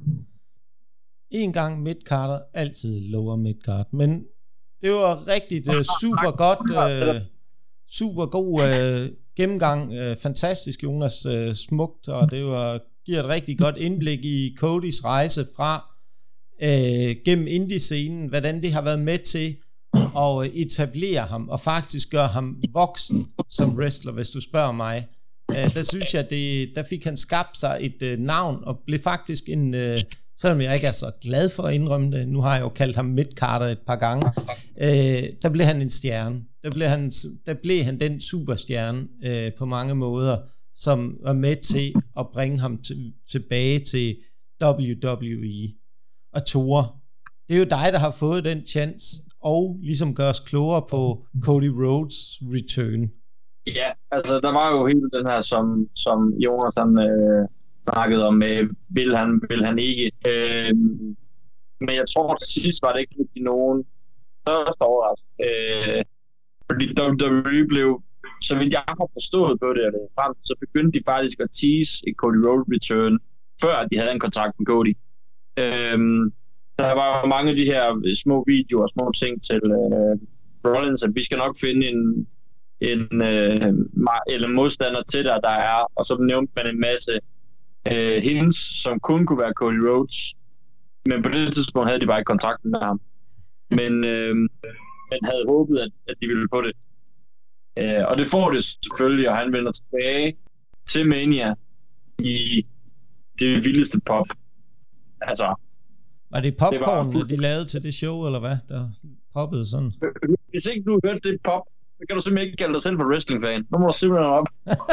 En gang midcarter, altid lower midcard. Men det var rigtigt uh, super godt, uh, super god uh, gennemgang. Uh, fantastisk, Jonas. Uh, smukt, og det var, giver et rigtig godt indblik i Codys rejse fra uh, gennem indie-scenen, hvordan det har været med til at etablere ham, og faktisk gøre ham voksen som wrestler, hvis du spørger mig. Uh, der synes jeg, det, der fik han skabt sig et uh, navn, og blev faktisk en, uh, selvom jeg ikke er så glad for at indrømme det, nu har jeg jo kaldt ham midcarter et par gange, uh, der blev han en stjerne. Der blev han, der blev han den superstjerne uh, på mange måder, som var med til at bringe ham til, tilbage til W W E. Og Tore, det er jo dig, der har fået den chance, og ligesom gør os klogere på Cody Rhodes return. Ja, altså der var jo hele den her, som, som Jonas han øh, snakkede om, øh, vil han, vil han ikke. Øh, men jeg tror til sidst var det ikke rigtig nogen største overraskelse. Øh, fordi W W E blev, så vidt jeg har forstået på det, frem, så begyndte de faktisk at tease et Cody Rhodes return, før de havde en kontrakt med Cody. Øh, der var jo mange af de her små videoer og små ting til øh, Rollins, at vi skal nok finde en en øh, eller modstander til dig, der er, og så nævnte man en masse øh, hints, som kun kunne være Cody Rhodes, men på det tidspunkt havde de bare ikke kontrakten med ham, men øh, man havde håbet, at, at de ville på det, øh, og det får det selvfølgelig, og han vender tilbage til Mania i det vildeste pop. Altså, var det popcorn, det var, de lavede til det show, eller hvad, der poppede sådan? Hvis ikke du hørte det pop, så kan du simpelthen ikke kalde dig selv for wrestling-fan. Nu må du simpelthen op.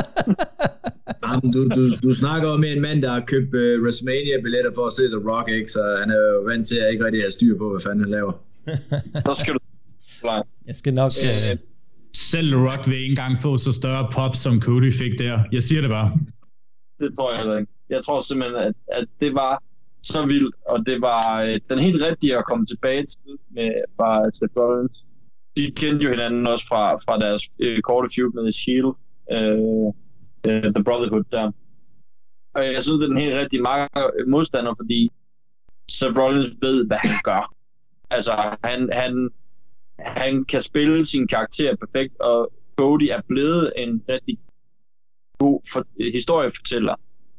Jamen, du, du, du snakker om en mand, der har købt uh, WrestleMania-billetter for at se The Rock, ikke? Så han er jo vant til at ikke rigtig have styr på, hvad fanden han laver. Så skal du... Nej. Jeg skal nok... Uh... Selv The Rock vil ikke engang få så større pop, som Cody fik der. Jeg siger det bare. Det tror jeg heller ikke. Jeg tror simpelthen, at, at det var så vildt, og det var øh, den helt rigtige at komme tilbage til med fra Seth Rollins. De kendte jo hinanden også fra, fra deres øh, korte feud med The Shield, øh, uh, The Brotherhood der. Og jeg synes, det er den helt rigtige modstander, fordi Seth Rollins ved, hvad han gør. Altså, han, han, han kan spille sin karakter perfekt, og Cody er blevet en rigtig god for, historiefortæller.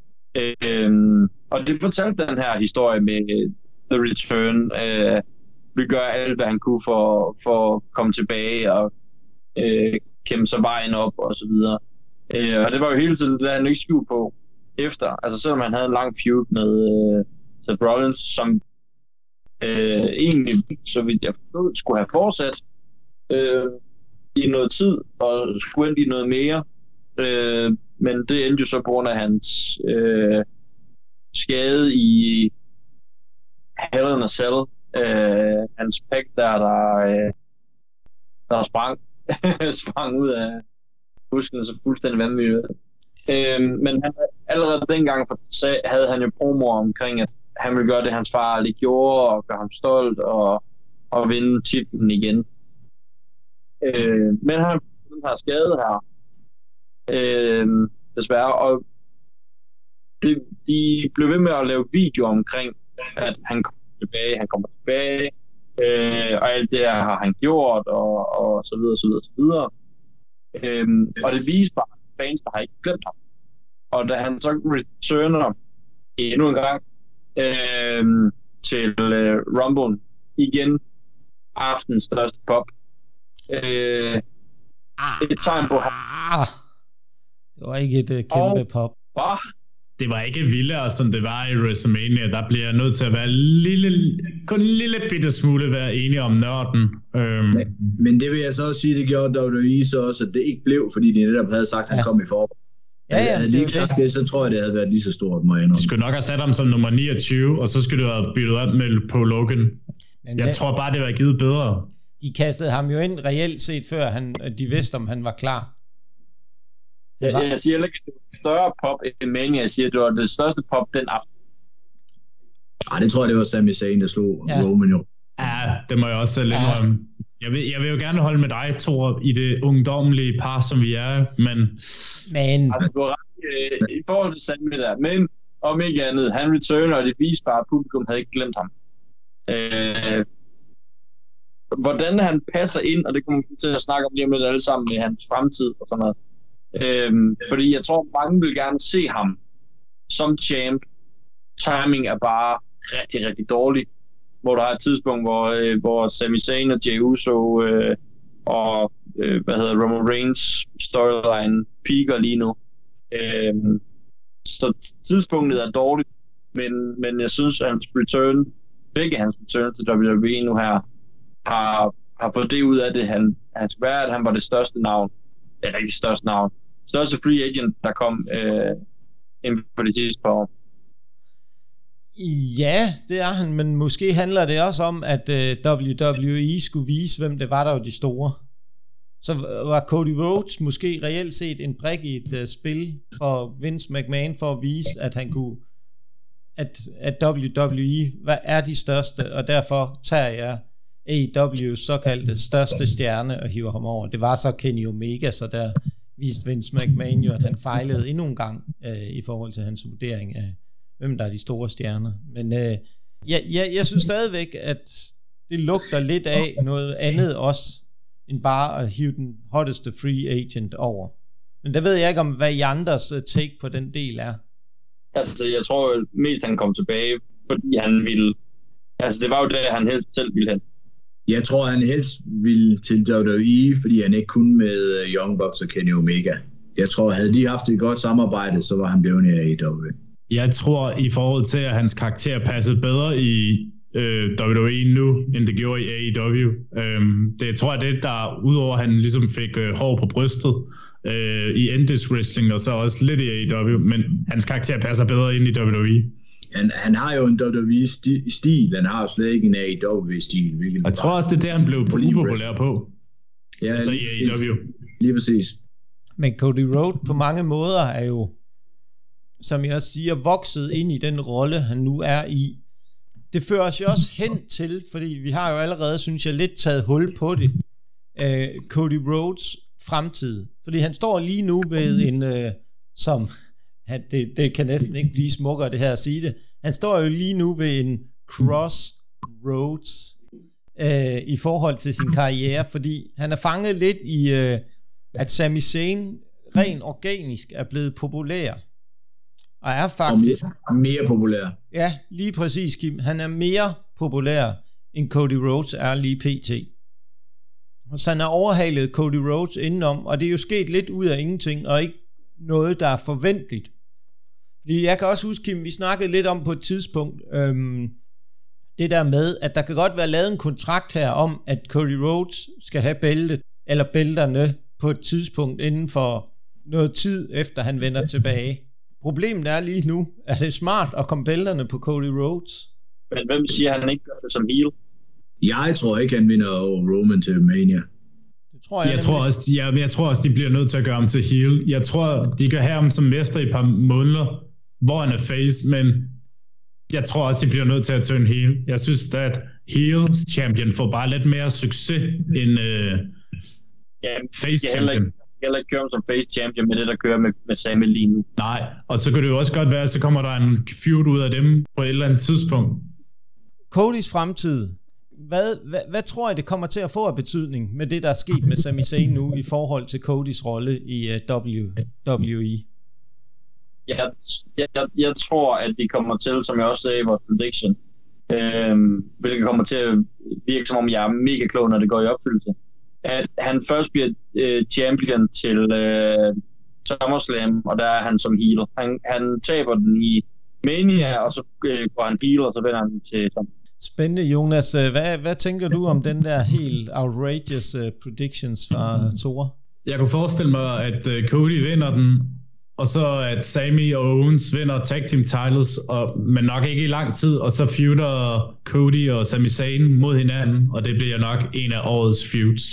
Øhm, og det fortalte den her historie med The Return. Øh, vi gør alt, hvad han kunne for, for at komme tilbage og øh, kæmpe sig vejen op og så videre. Øh, og det var jo hele tiden, det han ikke skjult på efter. Altså selvom han havde en lang feud med øh, Seth Rollins, som øh, egentlig, så vidt jeg forstod, skulle have fortsat øh, i noget tid, og skulle endelig noget mere. Øh, men det endte jo så på grund af hans øh, skade i Hell in a Cell. Øh, hans pæk der, der, øh, der sprang, sprang ud af busken, så fuldstændig vanvittigt. Øh, men han, allerede dengang havde han jo promoer omkring, at han ville gøre det, hans far aldrig gjorde, og gøre ham stolt, og, og vinde titlen igen. Øh, men han har den her skade her, øh, desværre, og det, de blev ved med at lave videoer omkring, at han kommer tilbage, han kommer tilbage, øh, og alt det her har han gjort, og, og så videre, så videre, så videre. Øh, og det viser bare, at fans, der har ikke glemt ham. Og da han så returner endnu en gang øh, til øh, Rumble igen, aftens største pop, øh, et tegn på ham. Det var ikke et uh, kæmpe og, pop. Hva? Det var ikke vildere, som det var i WrestleMania. Der bliver jeg nødt til at være lille, kun en lille bitte smule være enige om nørden. Øhm. Men, men det vil jeg så også sige, det gjorde W W E så også, at det ikke blev, fordi de netop havde sagt, at han ja. kom i forvejen. Ja, ja, havde lige sagt det. det, så tror jeg, det havde været lige så stort, må jeg indrømme. De skulle nok have sat ham som nummer niogtyve, og så skulle det have byttet op med Paul Logan. Men jeg det, tror bare, det var givet bedre. De kastede ham jo ind reelt set, før han, de vidste, om han var klar. Jeg, jeg siger ikke, at det var et større pop end Mania. Jeg siger, at det var det største pop den aften. Nej, det tror jeg, det var Sami Zayn, der slog ja. Roman jo. Ja, det må jeg også selv indrømme. Ja. Jeg vil, jeg vil jo gerne holde med dig, Thor, i det ungdommelige par, som vi er, men... Men... Altså, du har ret øh, i forhold til Sami der, men om ikke andet, han returner, og det viser bare, at publikum havde ikke glemt ham. Øh, hvordan han passer ind, og det kommer vi til at snakke om lige med alle sammen i hans fremtid og sådan noget. Øhm, fordi jeg tror, mange vil gerne se ham som champ. Timing er bare rigtig, rigtig dårlig. Hvor der er et tidspunkt, hvor, øh, hvor Sami Zayn og Jey Uso øh, og øh, hvad hedder Roman Reigns storyline peaker lige nu. Øhm, så tidspunktet er dårligt, men, men jeg synes, at hans return, begge hans return til W W E nu her, har, har fået det ud af det. Han, han skulle være, at han var det største navn. Eller ikke det største navn. Største free agent, der kom øh, inden for det sidste par år. Ja, det er han, men måske handler det også om, at øh, W W E skulle vise, hvem det var, der var de store. Så var Cody Rhodes måske reelt set en brik i et øh, spil for Vince McMahon for at vise, at han kunne, at, at W W E hvad er de største, og derfor tager jeg A E W's såkaldte største stjerne og hiver ham over. Det var så Kenny Omega, så der viste Vince McMahon jo, at han fejlede endnu en gang øh, i forhold til hans vurdering af, hvem der er de store stjerner. Men øh, jeg, jeg, jeg synes stadigvæk, at det lugter lidt af noget andet også, end bare at hive den hotteste free agent over. Men der ved jeg ikke, om hvad I andres take på den del er. Altså, jeg tror mest, han kom tilbage, fordi han ville... Altså, det var jo det, han helst selv ville hen. Jeg tror, han helst ville til W W E, fordi han ikke kunne med Young Bucks og Kenny Omega. Jeg tror, havde de haft et godt samarbejde, så var han blevet i A E W. Jeg tror, i forhold til, at hans karakter passede bedre i øh, W W E nu, end det gjorde i A E W. Øhm, det jeg tror jeg, det der, udover at han ligesom fik øh, hår på brystet øh, i Indies Wrestling, og så også lidt i A E W, men hans karakter passer bedre ind i W W E. Han, han har jo en W W E-stil, han har jo slet ikke en A E W-stil. Jeg tror også, det er der, han blev upopulær på. Ja, altså i A E W. Lige præcis. Men Cody Rhodes på mange måder er jo som jeg også siger, vokset ind i den rolle, han nu er i. Det fører os jo også hen til, fordi vi har jo allerede, synes jeg, lidt taget hul på det, uh, Cody Rhodes fremtid. Fordi han står lige nu ved en, uh, som, han, det, det kan næsten ikke blive smukkere det her at sige det, han står jo lige nu ved en crossroads uh, i forhold til sin karriere, fordi han er fanget lidt i, uh, at Sami Zayn rent organisk er blevet populær. Og er faktisk... Og mere, mere populær. Ja, lige præcis, Kim. Han er mere populær, end Cody Rhodes er lige pt. Og så han har overhalet Cody Rhodes indenom, og det er jo sket lidt ud af ingenting, og ikke noget, der er forventeligt. Fordi jeg kan også huske, Kim, vi snakkede lidt om på et tidspunkt, øhm, det der med, at der kan godt være lavet en kontrakt her om, at Cody Rhodes skal have bæltet, eller bælterne på et tidspunkt inden for noget tid, efter han vender tilbage. Problemet er lige nu, er det smart at komme bælterne på Cody Rhodes? Men hvem siger, at han ikke gør det som heel? Jeg tror ikke, han vinder over Roman til Mania. Det tror jeg, jeg, tror også, jeg, jeg tror også, de bliver nødt til at gøre ham til heel. Jeg tror, de kan have ham som mester i et par måneder, hvor han er face, men jeg tror også, de bliver nødt til at turn heel. Jeg synes, at heels champion får bare lidt mere succes end uh, ja, face champion. Heller ikke køre som face champion med det, der kører med, med Samuel lige nu. Nej, og så kan det jo også godt være, så kommer der en feud ud af dem på et eller andet tidspunkt. Codys fremtid. Hvad, hvad, hvad tror I, det kommer til at få af betydning med det, der er sket med Sami Zayn nu i forhold til Codys rolle i uh, W W E? Jeg, jeg, jeg tror, at de kommer til, som jeg også sagde i vores prediction, øhm, hvilket kommer til at virke, som om jeg er mega klog, når det går i opfyldelse, at han først bliver øh, champion til øh, SummerSlam, og der er han som heel. Han, han taber den i Mania, og så øh, går han heel, og så vender han til Tom. Spændende, Jonas. Hvad, hvad tænker du om den der helt outrageous uh, predictions fra Thor? Jeg kunne forestille mig, at uh, Cody vinder den, og så at Sami og Owens vinder tag team titles, og, men nok ikke i lang tid, og så feuder Cody og Sami Zayn mod hinanden, og det bliver nok en af årets feuds.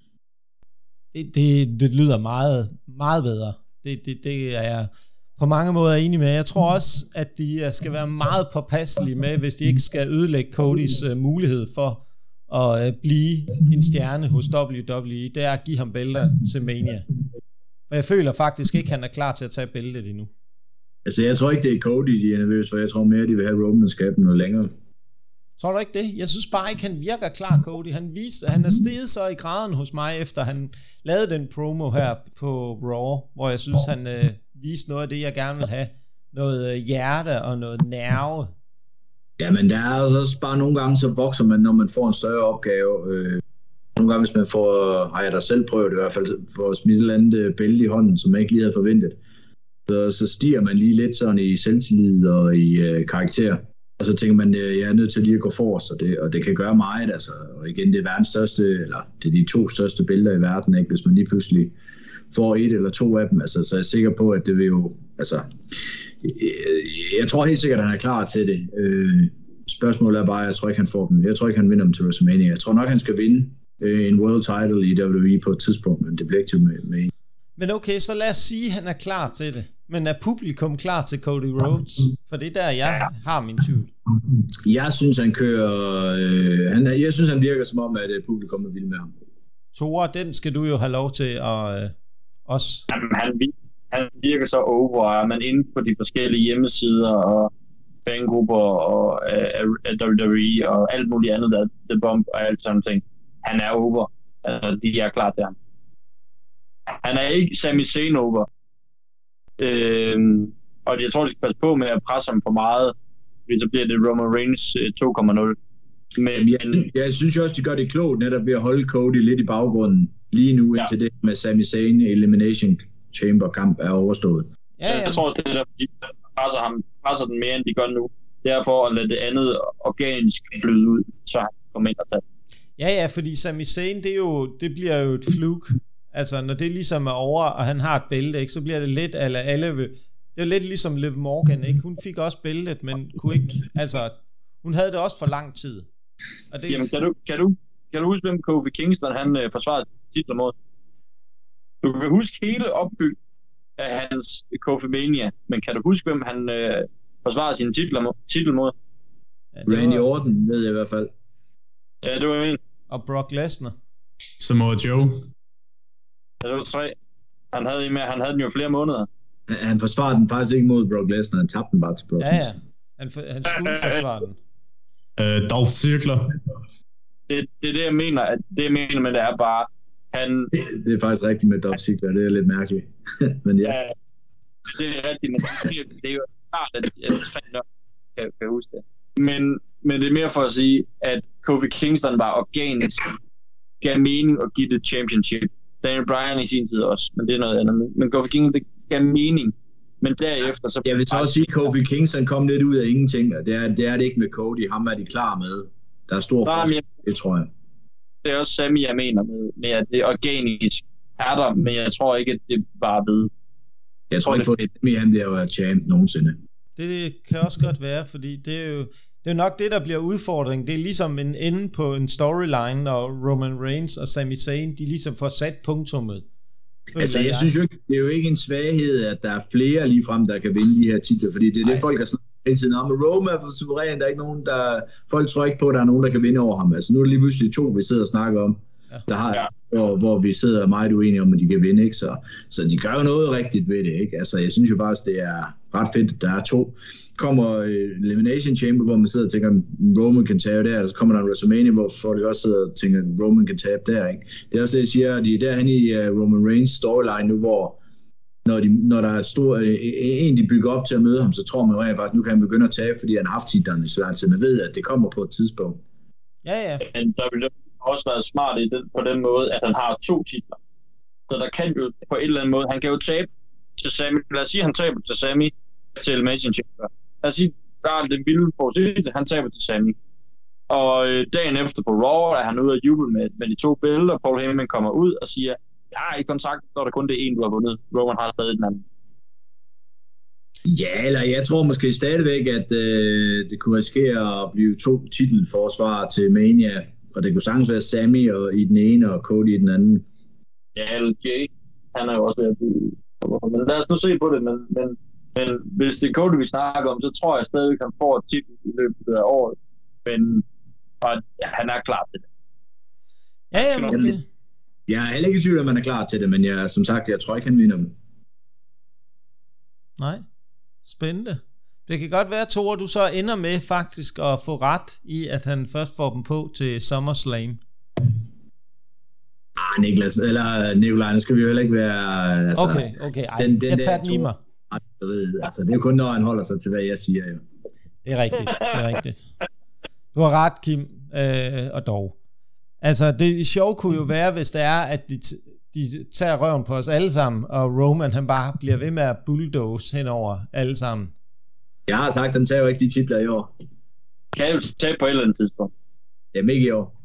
Det, det, det lyder meget, meget bedre. Det, det, det er jeg på mange måder enig med. Jeg tror også, at de skal være meget påpasselige med, hvis de ikke skal ødelægge Codys uh, mulighed for at uh, blive en stjerne hos W W E. Det er at give ham bælter til Mania. Og jeg føler faktisk ikke, at han er klar til at tage bæltet endnu. Altså, jeg tror ikke, det er Cody, de er nervøse for. Jeg tror mere, de vil have Roman skabe noget længere. Tror du ikke det? Jeg synes bare ikke, han virker klar, Cody. Han, viste, han er steget så i graden hos mig, efter han lavede den promo her på Raw, hvor jeg synes, han øh, viste noget af det, jeg gerne vil have. Noget øh, hjerte og noget nerve. Jamen, der er også bare nogle gange, så vokser man, når man får en større opgave. Øh, nogle gange, hvis man får, har jeg da selv prøvet i hvert fald, får smidt et eller andet bælte i hånden, som man ikke lige havde forventet. Så, så stiger man lige lidt sådan i selvtillid og i øh, karakter. Og så tænker man, at jeg er nødt til lige at gå forrest, og det, og det kan gøre meget. Altså. Og igen, det er verdens største, eller det er de to største billeder i verden, ikke? Hvis man lige pludselig får et eller to af dem. Altså, så er jeg sikker på, at det vil jo... Altså, jeg tror helt sikkert, at han er klar til det. Øh, spørgsmålet er bare, at jeg tror ikke, han får dem. Jeg tror ikke, han vinder dem til WrestleMania. Jeg tror nok, han skal vinde øh, en world title i W W E på et tidspunkt, men det bliver ikke til med, med. Men okay, så lad os sige, at han er klar til det. Men er publikum klar til Cody Rhodes? For det er der, jeg har min tvivl. Jeg synes, han kører... Øh, han, jeg synes, han virker som om, at publikum er vild med ham. Thor, den skal du jo have lov til at øh, også... Jamen, han, han virker så over, at man inde på de forskellige hjemmesider og fangrupper og uh, W W E og alt muligt andet, der The Bump og alt sådan ting. Han er over. Altså, de er klar til ham. Han er ikke Sami Zayn over. Øhm, og jeg tror, de skal passe på med at presse ham for meget, fordi så bliver det Roman Reigns to komma nul. Men jeg, jeg synes også, de gør det klogt netop ved at holde Cody lidt i baggrunden lige nu, ja. Indtil det med Sami Zayn Elimination Chamber kamp er overstået. Ja, ja. Jeg tror også, det er der, de presser, ham, presser den mere, end de gør nu. Derfor at lade det andet organisk flyde ud, så han kommer ind og tager. Ja, ja, fordi Sami Zayn, det, er jo, det bliver jo et fluke. Altså, når det ligesom er over, og han har et bælte, ikke, så bliver det lidt, eller alle, det er lidt ligesom Liv Morgan, ikke? Hun fik også bæltet, men kunne ikke, altså, hun havde det også for lang tid. Og det... Jamen, kan du, kan, du, kan du huske, hvem Kofi Kingston, han øh, forsvarede titler mod? Du kan huske hele opbygningen af hans Kofi Mania. Men kan du huske, hvem han øh, forsvarede sin titler, titel mod? Ja, Randy var... Orton, ved jeg i hvert fald. Ja, det var en. Og Brock Lesnar. Samoa Joe. Ja, det var tre. Han havde, en med, han havde den jo flere måneder. Han forsvarede den faktisk ikke mod Brock Lesnar, han tabte den bare til Brock Lesnar. Ja, ja. Han, for, han skulle forsvare den. Uh, Dolph Ziggler. Det, det er det, jeg mener. At det, jeg mener med det er bare, han... Det, det er faktisk rigtigt med Dolph Ziggler, det er lidt mærkeligt. Men ja. ja. Det er rigtigt, men det er jo klart, at jeg kan, kan huske det. Men, men det er mere for at sige, at Kofi Kingston var organisk, gav mening at give det championship. Daniel Bryan i sin tid også, men det er noget andet. Men Kofi Kingston, det gav mening. Men derefter så... Jeg vil så også sige, at Kofi Kingston kom lidt ud af ingenting, og det er det, er det ikke med Cody. Ham er de klar med. Der er stor forskel, det tror jeg. Det er også Sammy, jeg mener med, med at det organisk er der, men jeg tror ikke, at det bare ved. Jeg, jeg tror ikke på, at Sammy han bliver champ nogensinde. Det kan også godt være, fordi det er jo det er nok det, der bliver udfordring. Det er ligesom en ende på en storyline, når Roman Reigns og Sami Zayn, de ligesom får sat punktummet. Altså, jeg, jeg synes jo ikke, det er jo ikke en svaghed, at der er flere ligefrem, der kan vinde de her titler, fordi det er Ej. det, folk har snakket hele tiden om. Roman er for suveræn, der er ikke nogen, der... Folk tror ikke på, at der er nogen, der kan vinde over ham. Altså, nu er det lige pludselig to, vi sidder og snakker om, ja. der har, ja. hvor, hvor vi sidder meget uenige om, at de kan vinde, ikke? Så, så de gør jo noget rigtigt ved det, ikke? Altså, jeg synes jo bare, at det er ret fedt, at der er to. Kommer Elimination Chamber, hvor man sidder og tænker, Roman kan tabe der, og så kommer der en WrestleMania, hvor folk også sidder og tænker, Roman kan tabe der, ikke? Det er også det, jeg siger, at de er derhen i uh, Roman Reigns storyline nu, hvor når, de, når der er stor, en, de bygger op til at møde ham, så tror man jo faktisk, nu kan han begynde at tabe, fordi han har haft titlerne så lang tid. Man ved, at det kommer på et tidspunkt. Ja, ja. Men der vil også være smart i den, på den måde, at han har to titler. Så der kan jo på en eller anden måde, han kan jo tabe til Sami. Lad os sige, at han taber til Sami til Elimination Chamber. Lad os sige, der er den vilde forudsigelse, han taber til Sami. Og øh, dagen efter på Raw er han ude at juble med, med de to billeder. Paul Heyman kommer ud og siger, ja, i kontrakt, så er der kun det en, du har vundet. Roman har stadig den anden. Ja, eller jeg tror måske stadigvæk, at øh, det kunne risikere at blive to titelforsvar til Mania. Og det kunne sagtens være Sami og i den ene, og Cody i den anden. Ja, L J, han er jo også ved at blive... Men lad os nu se på det, men, men, men hvis det er Cody, vi snakker om, så tror jeg stadig, at han får et titel i løbet af året. Men og, ja, han er klar til det. Ja, ja, men det... Jeg er heller ikke i tvivl, at man er klar til det, men jeg, som sagt, jeg tror ikke, han vinder dem. Nej, spændende. Det kan godt være, Thor, du så ender med faktisk at få ret i, at han først får dem på til SummerSlam. Ah, Niklas, eller Nikolaj, nu skal vi jo heller ikke være... Altså, okay, okay, ej, den, den jeg tager den i mig. Altså, det er jo kun, når han holder sig til, hvad jeg siger, jo. Det er rigtigt, det er rigtigt. Du har ret, Kim, øh, og dog. Altså, det sjove kunne jo være, hvis det er, at de, t- de tager røven på os alle sammen, og Roman, han bare bliver ved med at bulldoze henover alle sammen. Jeg har sagt, at han tager jo ikke de titler i år. Kan jo tage på et eller andet tidspunkt. Jamen ikke i år.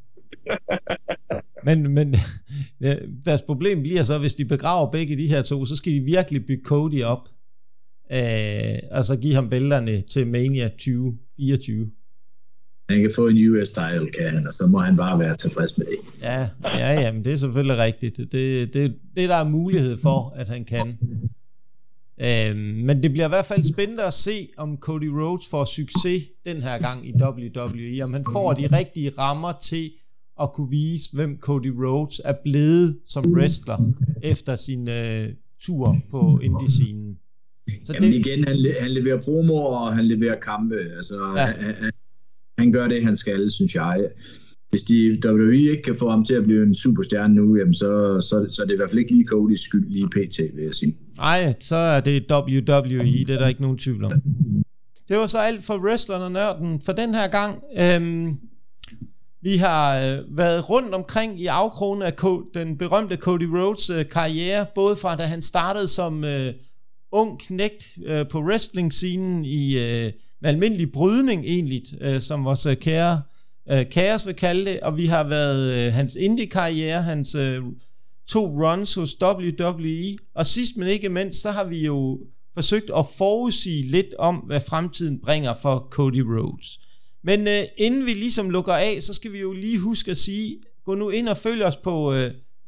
men, men deres problem bliver så, hvis de begraver begge de her to, så skal de virkelig bygge Cody op, øh, og så give ham bælterne til Mania tyve fireogtyve. Han kan få en U S title, kan han, og så må han bare være tilfreds med det. Ja, ja, ja, men det er selvfølgelig rigtigt. Det, det, det der er mulighed for, at han kan. Øhm, men det bliver i hvert fald spændende at se, om Cody Rhodes får succes den her gang i W W E, om han får de rigtige rammer til at kunne vise, hvem Cody Rhodes er blevet som wrestler efter sin øh, tur på indie-scenen. Så Jamen det, igen, han, han leverer promoer, og han leverer kampe. Altså, ja. han, han, han gør det, han skal, synes jeg. Hvis de W W E ikke kan få ham til at blive en superstjerne nu, jamen så, så, så er det i hvert fald ikke lige Codys skyld, lige P T, vil jeg sige. Nej, så er det W W E, det er der ikke nogen tvivl om. Det var så alt for Wrestleren og Nørden for den her gang. Øhm, vi har øh, været rundt omkring i afkrogen af Co- den berømte Cody Rhodes øh, karriere, både fra da han startede som øh, ung knægt øh, på wrestling-scenen i øh, med almindelig brydning egentlig, øh, som vores øh, kære øh, Kaos vil kalde det, og vi har været øh, hans indie-karriere, hans øh, to runs hos W W E, og sidst men ikke mindst, så har vi jo forsøgt at forudsige lidt om, hvad fremtiden bringer for Cody Rhodes. Men øh, inden vi ligesom lukker af, så skal vi jo lige huske at sige, gå nu ind og følg os på øh,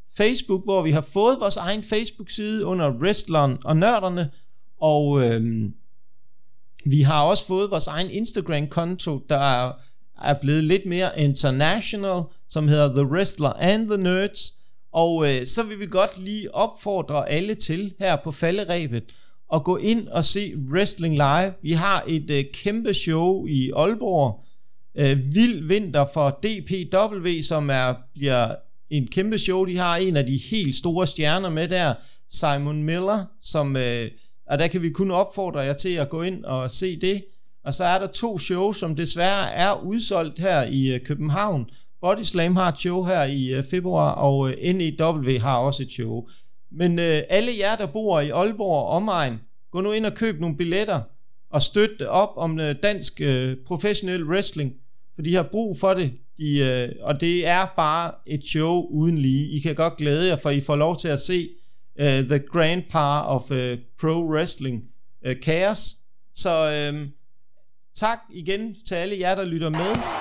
Facebook, hvor vi har fået vores egen Facebook-side under Wrestleren og Nørderne, og øhm, vi har også fået vores egen Instagram-konto, der er, er blevet lidt mere international, som hedder The Wrestler and the Nerds, og øh, så vil vi godt lige opfordre alle til her på falderebet at gå ind og se Wrestling Live. Vi har et øh, kæmpe show i Aalborg, øh, Vild Vinter for D P W, som er bliver en kæmpe show. De har en af de helt store stjerner med der, Simon Miller, som, øh, og der kan vi kun opfordre jer til at gå ind og se det. Og så er der to shows, som desværre er udsolgt her i øh, København. Body Slam har et show her i øh, februar, og øh, N E W har også et show. Men øh, alle jer, der bor i Aalborg og omegn, gå nu ind og køb nogle billetter, og støt op om øh, dansk øh, professionel wrestling, for de har brug for det. De, øh, og det er bare et show uden lige. I kan godt glæde jer, for I får lov til at se uh, The Grandpa of uh, Pro Wrestling uh, Chaos. Så øh, tak igen til alle jer, der lytter med.